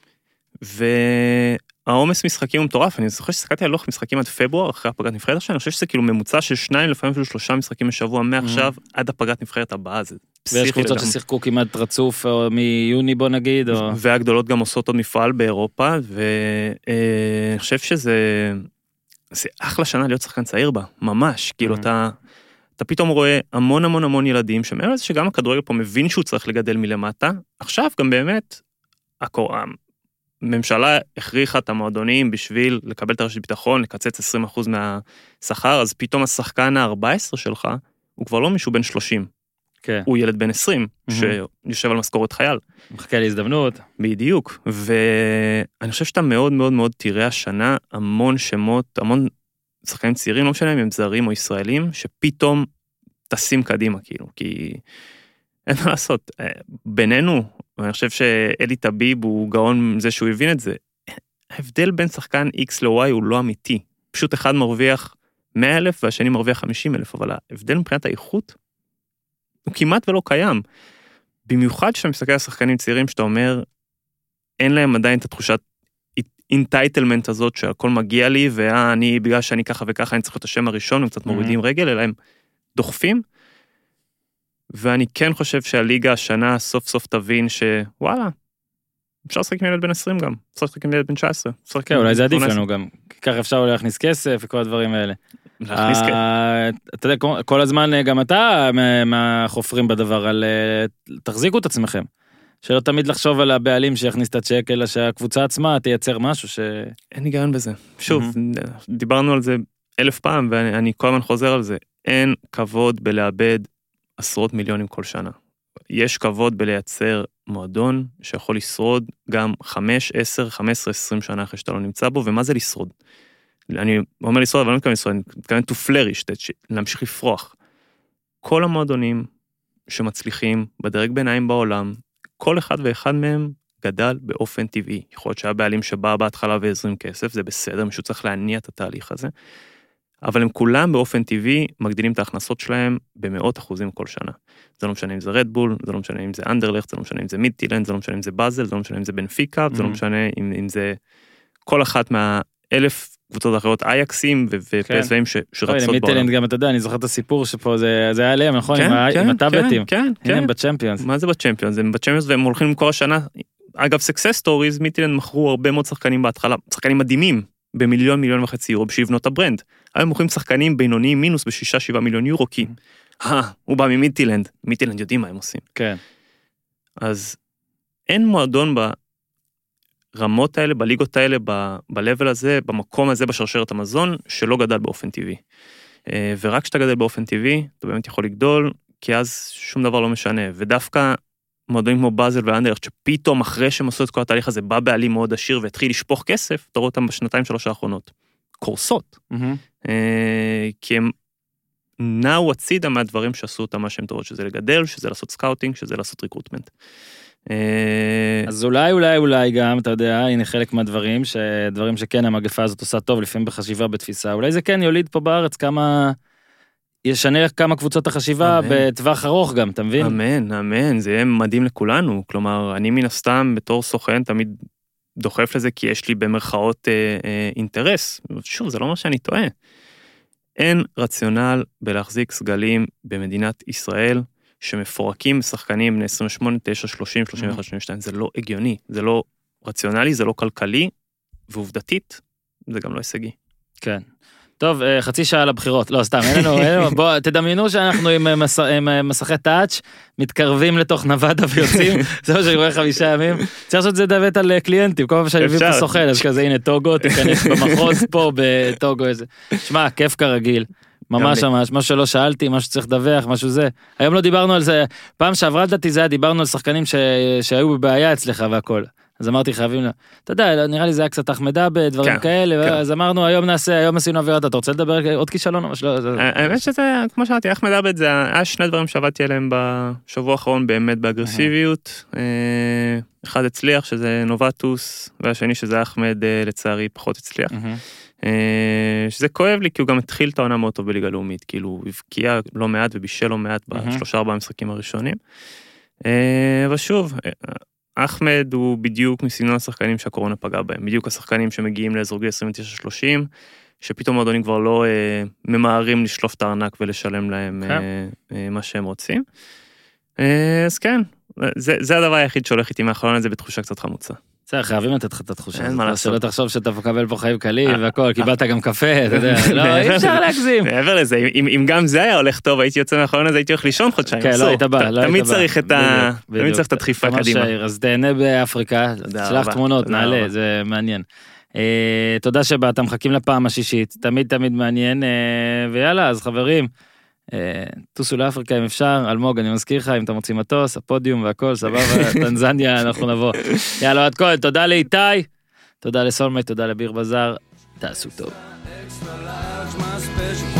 והעומס משחקים הוא מטורף, אני זוכר ששחקתי על לוח משחקים עד פברואר, אחרי הפגרת נבחרת עכשיו, אני חושב שזה כאילו ממוצע של שניים, לפעמים אפילו שלושה משחקים בשבוע, מעכשיו עד הפגרת נבחרת הבאה, זה ויש קבוצות ששיחקו כמעט רצוף, או מיוני בוא נגיד, או... והגדולות גם עושות עוד מפעל באירופה, ואני חושב שזה זה אחלה שנה להיות שחקן צעיר בה, ממש, כאילו אתה, אתה פתאום רואה המון המון המון ילדים, שמעבר לזה שגם הכדורגל פה מבין שהוא צריך לגדל מלמטה, עכשיו גם באמת, הקוראים, הממשלה הכריחה את המועדונים בשביל לקבל את הרשת ביטחון, לקצץ עשרים אחוז מהשכר, אז פתאום השחקן ה-ארבע עשרה שלך, הוא כבר לא מישהו בן שלושים. כן. הוא ילד בן עשרים, Mm-hmm. שיושב על משכורת חייל. מחכה להזדמנות. בדיוק, ואני חושב שאתה מאוד מאוד מאוד תראה השנה המון שמות, המון שחקנים צעירים, לא משנה אם הם זרים או ישראלים, שפתאום טסים קדימה, כאילו, כי אין מה לעשות. בינינו, ואני חושב שאלי טביב הוא גאון מזה שהוא הבין את זה, ההבדל בין שחקן X ל-Y הוא לא אמיתי. פשוט אחד מרוויח מאה אלף והשני מרוויח חמישים אלף, אבל ההבדל מבחינת האיכות הוא כמעט ולא קיים. במיוחד שאתה מסתכל על שחקנים צעירים שאתה אומר, אין להם עדיין את התחושת אינטייטלמנט הזאת שהכל מגיע לי, ואני, בגלל שאני ככה וככה, אני צריך את השם הראשון, הם קצת מורידים רגל, אלא הם דוחפים. ואני כן חושב שהליגה השנה סוף סוף תבין שוואלה, אפשר לשחק עם ילד בן עשרים גם, אפשר לשחק עם ילד בן תשע עשרה. כן, אולי זה עדיף לנו גם, ככה אפשר להכניס כסף וכל הדברים האלה. להכניס כסף. אתה יודע, כל הזמן גם אתה מהחופרים בדבר על תחזיקו את עצמכם. שלא תמיד לחשוב על הבעלים שיכניס את הצ'ק, אלא שהקבוצה עצמה תייצר משהו ש... אין היגיון בזה. שוב, דיברנו על זה אלף פעם, ואני כל הזמן חוזר על זה. אין כבוד בלאבד עשרות מיליונים כל שנה. יש כבוד בלייצר מועדון שיכול לשרוד גם חמש, עשר, חמש עשרה, עשרים שנה אחרי שאתה לא נמצא בו, ומה זה לשרוד? אני אומר לשרוד, אבל לא מתכוון לשרוד, אני מתכוון to flourish, להמשיך לפרוח. כל המועדונים שמצליחים בדרג ביניים בעולם, כל אחד ואחד מהם גדל באופן טבעי. יכול להיות שהבעלים שבא בהתחלה והזרים כסף, זה בסדר, מישהו צריך להניע את התהליך הזה, אבל הם כולם באופן טבעי מגדילים את ההכנסות שלהם במאות אחוזים כל שנה. זה לא משנה אם זה רדבול, זה לא משנה אם זה אנדרלכט, זה לא משנה אם זה מידטילנד, זה לא משנה אם זה באזל, זה לא משנה אם זה בנפיקה, זה לא משנה אם, אם זה כל אחת מהאלף קבוצות אחרות, אייקסים ופסווים שרצות בעולם. מידטילנד גם, אתה יודע, אני זוכר את הסיפור שפה, זה היה עליהם, נכון? עם הטאבלטים. כן, כן. הם בצ'מפיונס. מה זה בצ'מפיונס? הם בצ'מפיונס והם הולכים למכור השנה. אגב, סקסס סטוריז, מידטילנד מכרו הרבה מאוד שחקנים בהתחלה, שחקנים מדהימים, במיליון, מיליון וחצי יורו, בשביל לבנות הברנד. היום מוכרים שחקנים בינוניים מינוס בשישה, שבעה מיליון יורו, כי, אה, הוא בא ממידטילנד, מידטילנד יודעים מה הם עושים. כן. אז אין מועדון ברמות האלה, בליגות האלה, ב-level הזה, במקום הזה, בשרשרת המזון, שלא גדל באופן טבעי. ורק כשאתה גדל באופן טבעי, אתה באמת יכול לגדול, כי אז שום דבר לא משנה. ודווקא מועדונים כמו באזל ואנדרלכט, שפתאום אחרי שהם עשו את כל התהליך הזה, בא בעלים מאוד עשיר והתחיל לשפוך כסף, אתה רואה אותם בשנתיים שלוש האחרונות. קורסות. כי הם נעו הצידה מהדברים שעשו אותם מה שהם טובות, שזה לגדל, שזה לעשות סקאוטינג, שזה לעשות ריקרוטמנט. אז אולי, אולי, אולי גם, אתה יודע, הנה חלק מהדברים, שדברים שכן המגפה הזאת עושה טוב, לפעמים בחשיבה, בתפיסה, אולי זה כן יוליד פה בארץ כמה, ישנה כמה קבוצות החשיבה בטווח ארוך גם, אתה מבין? אמן, אמן, זה יהיה מדהים לכולנו, כלומר, אני מן הסתם בתור סוכן תמיד דוחף לזה, כי יש לי במרכאות אה, אה, אינטרס, שוב, זה לא מה שאני טועה. אין רציונל בלהחזיק סגלים במדינת ישראל, שמפורקים שחקנים בני עשרים ושמונה, תשע, שלושים, שלושים ואחת, שלושים ושתיים, זה לא הגיוני, זה לא רציונלי, זה לא כלכלי, ועובדתית, זה גם לא הישגי. כן. טוב, חצי שעה לבחירות, לא, סתם, אין לנו, אין לנו, בוא, תדמיינו שאנחנו עם, מס, עם מסכי טאץ', מתקרבים לתוך נבדה ויוצאים, זה מה שאני רואה חמישה ימים, צריך לעשות את זה דוות על קליינטים, כל פעם שאני מביא פה סוכן, אז כזה, הנה, טוגו, תיכנס במחוז פה בטוגו איזה, שמע, כיף כרגיל, ממש ממש, משהו שלא שאלתי, משהו צריך לדווח, משהו זה, היום לא דיברנו על זה, פעם שעברה לדעתי זה היה, דיברנו על שחקנים ש... שהיו בבעיה אצלך והכל. אז אמרתי חייבים, אתה יודע, נראה לי זה היה קצת אחמדה בדברים כאלה, אז אמרנו היום נעשה, היום עשינו עבירת, אתה רוצה לדבר עוד כישלון או משהו? האמת שזה, כמו שאמרתי, אחמדה בית, זה היה שני דברים שעבדתי עליהם בשבוע האחרון באמת באגרסיביות, אחד הצליח שזה נובטוס, והשני שזה אחמד לצערי פחות הצליח, שזה כואב לי כי הוא גם התחיל את העונה מאוד טוב בליגה לאומית, כאילו הוא הבקיע לא מעט ובישל לא מעט בשלושה ארבעה משחקים הראשונים, ושוב, אחמד הוא בדיוק מסגנון השחקנים שהקורונה פגע בהם, בדיוק השחקנים שמגיעים לאזור גיל עשרים ותשע שלושים, שפתאום מועדונים כבר לא אה, ממהרים לשלוף את הארנק ולשלם להם אה, אה, מה שהם רוצים. אה, אז כן, זה, זה הדבר היחיד שהולך איתי מהחלון הזה בתחושה קצת חמוצה. בסדר, חייבים לתת לך את התחושה. אין מה לעשות. שלא תחשוב שאתה מקבל פה חיים קלים והכל, קיבלת גם קפה, אתה יודע, לא, אי אפשר להגזים. מעבר לזה, אם גם זה היה הולך טוב, הייתי יוצא מהחלון הזה, הייתי הולך לישון חודשיים. כן, לא היית בא, לא היית בא. תמיד צריך את ה... תמיד צריך את הדחיפה קדימה. אז תהנה באפריקה, שלח תמונות, נעלה, זה מעניין. תודה שבאת, מחכים לפעם השישית, תמיד תמיד מעניין, ויאללה, אז חברים, טוסו לאפריקה אם אפשר, אלמוג, אני מזכיר לך, אם אתה מוציא מטוס, הפודיום והכל, סבבה, טנזניה, אנחנו נבוא. יאללה, עד כה, תודה לאיתי, תודה לסולמי, תודה לביר בזאר, תעשו טוב.